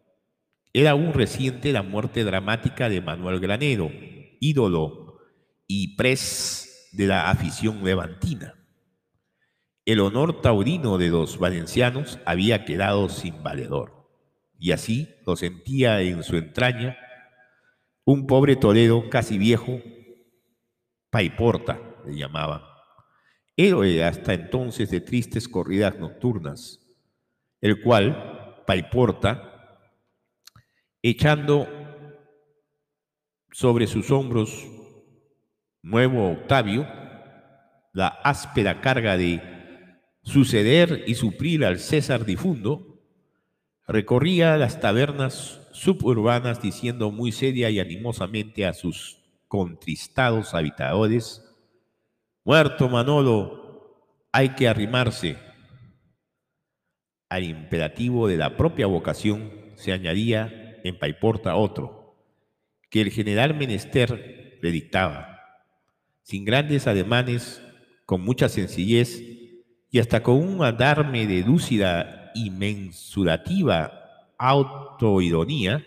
era aún reciente la muerte dramática de Manuel Granero, ídolo y pres de la afición levantina. El honor taurino de los valencianos había quedado sin valedor, y así lo sentía en su entraña un pobre torero casi viejo, Paiporta le llamaban, héroe hasta entonces de tristes corridas nocturnas, el cual, Paiporta, echando sobre sus hombros nuevo Octavio, la áspera carga de suceder y suplir al César difundo, recorría las tabernas suburbanas diciendo muy seria y animosamente a sus contristados habitadores: «Muerto Manolo, hay que arrimarse». Al imperativo de la propia vocación se añadía en Paiporta otro, que el general menester le dictaba, sin grandes ademanes, con mucha sencillez y hasta con un adarme de lúcida y mensurativa autoironía.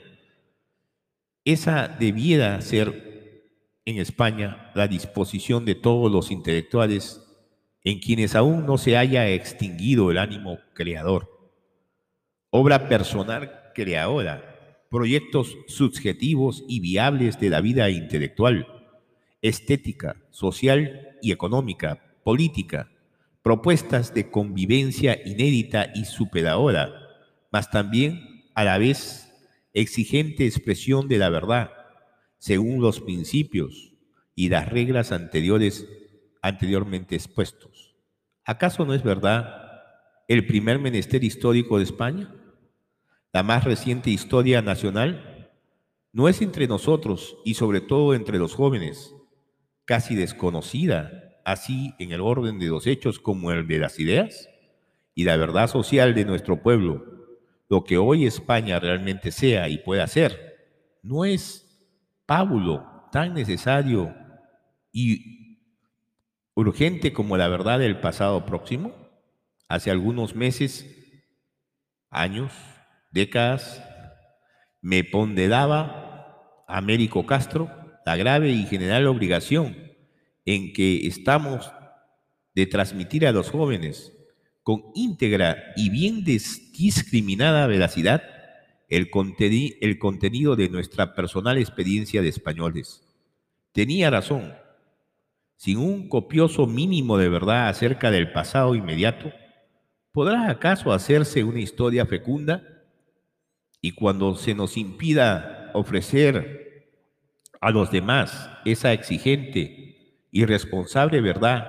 Esa debiera ser en España la disposición de todos los intelectuales en quienes aún no se haya extinguido el ánimo creador. Obra personal creadora, proyectos subjetivos y viables de la vida intelectual, estética, social y económica, política, propuestas de convivencia inédita y superadora, mas también a la vez exigente expresión de la verdad, según los principios y las reglas anteriormente expuestos. ¿Acaso no es verdad el primer menester histórico de España? La más reciente historia nacional no es entre nosotros y sobre todo entre los jóvenes, casi desconocida, así en el orden de los hechos como el de las ideas y la verdad social de nuestro pueblo. Lo que hoy España realmente sea y pueda ser, no es pábulo tan necesario y urgente como la verdad del pasado próximo. Hace algunos meses, años, décadas, me ponderaba Américo Castro la grave y general obligación en que estamos de transmitir a los jóvenes con íntegra y bien discriminada veracidad el contenido de nuestra personal experiencia de españoles. Tenía razón. Sin un copioso mínimo de verdad acerca del pasado inmediato, ¿podrá acaso hacerse una historia fecunda? Y cuando se nos impida ofrecer a los demás esa exigente y responsable verdad,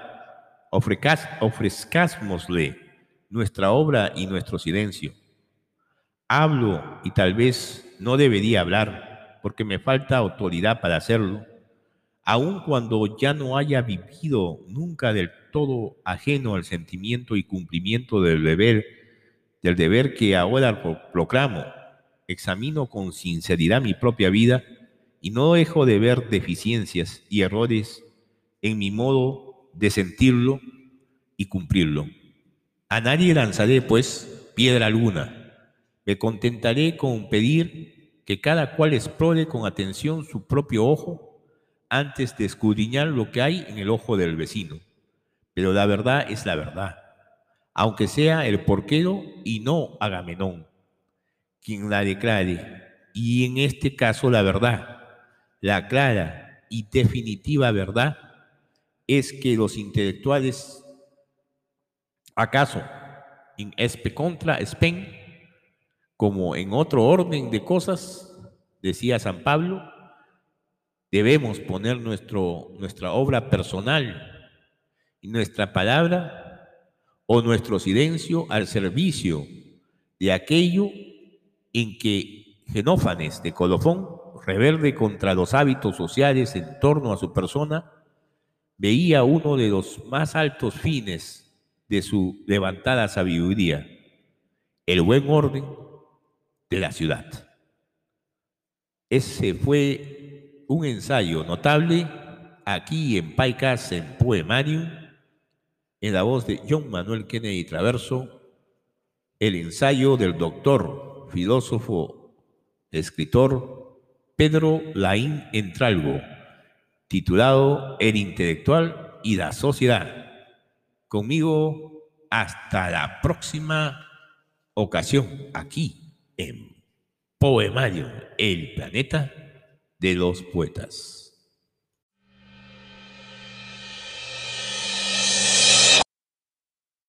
ofrezcámosle nuestra obra y nuestro silencio. Hablo y tal vez no debería hablar porque me falta autoridad para hacerlo, aun cuando ya no haya vivido nunca del todo ajeno al sentimiento y cumplimiento del deber que ahora proclamo. Examino con sinceridad mi propia vida y no dejo de ver deficiencias y errores en mi modo de sentirlo y cumplirlo. A nadie lanzaré, pues, piedra alguna. Me contentaré con pedir que cada cual explore con atención su propio ojo antes de escudriñar lo que hay en el ojo del vecino. Pero la verdad es la verdad, aunque sea el porquero y no Agamenón quien la declare, y en este caso la verdad, la clara y definitiva verdad, es que los intelectuales, acaso, in espe contra spem, como en otro orden de cosas, decía San Pablo, debemos poner nuestra obra personal y nuestra palabra o nuestro silencio al servicio de aquello en que Genófanes de Colofón, rebelde contra los hábitos sociales en torno a su persona, veía uno de los más altos fines de su levantada sabiduría, el buen orden de la ciudad. Ese fue un ensayo notable aquí en Paicas, en Poemarium, en la voz de John Manuel Kennedy Traverso, el ensayo del doctor, filósofo, escritor Pedro Laín Entralgo, titulado El intelectual y la sociedad. Conmigo hasta la próxima ocasión, aquí en Poemario, el planeta de los poetas.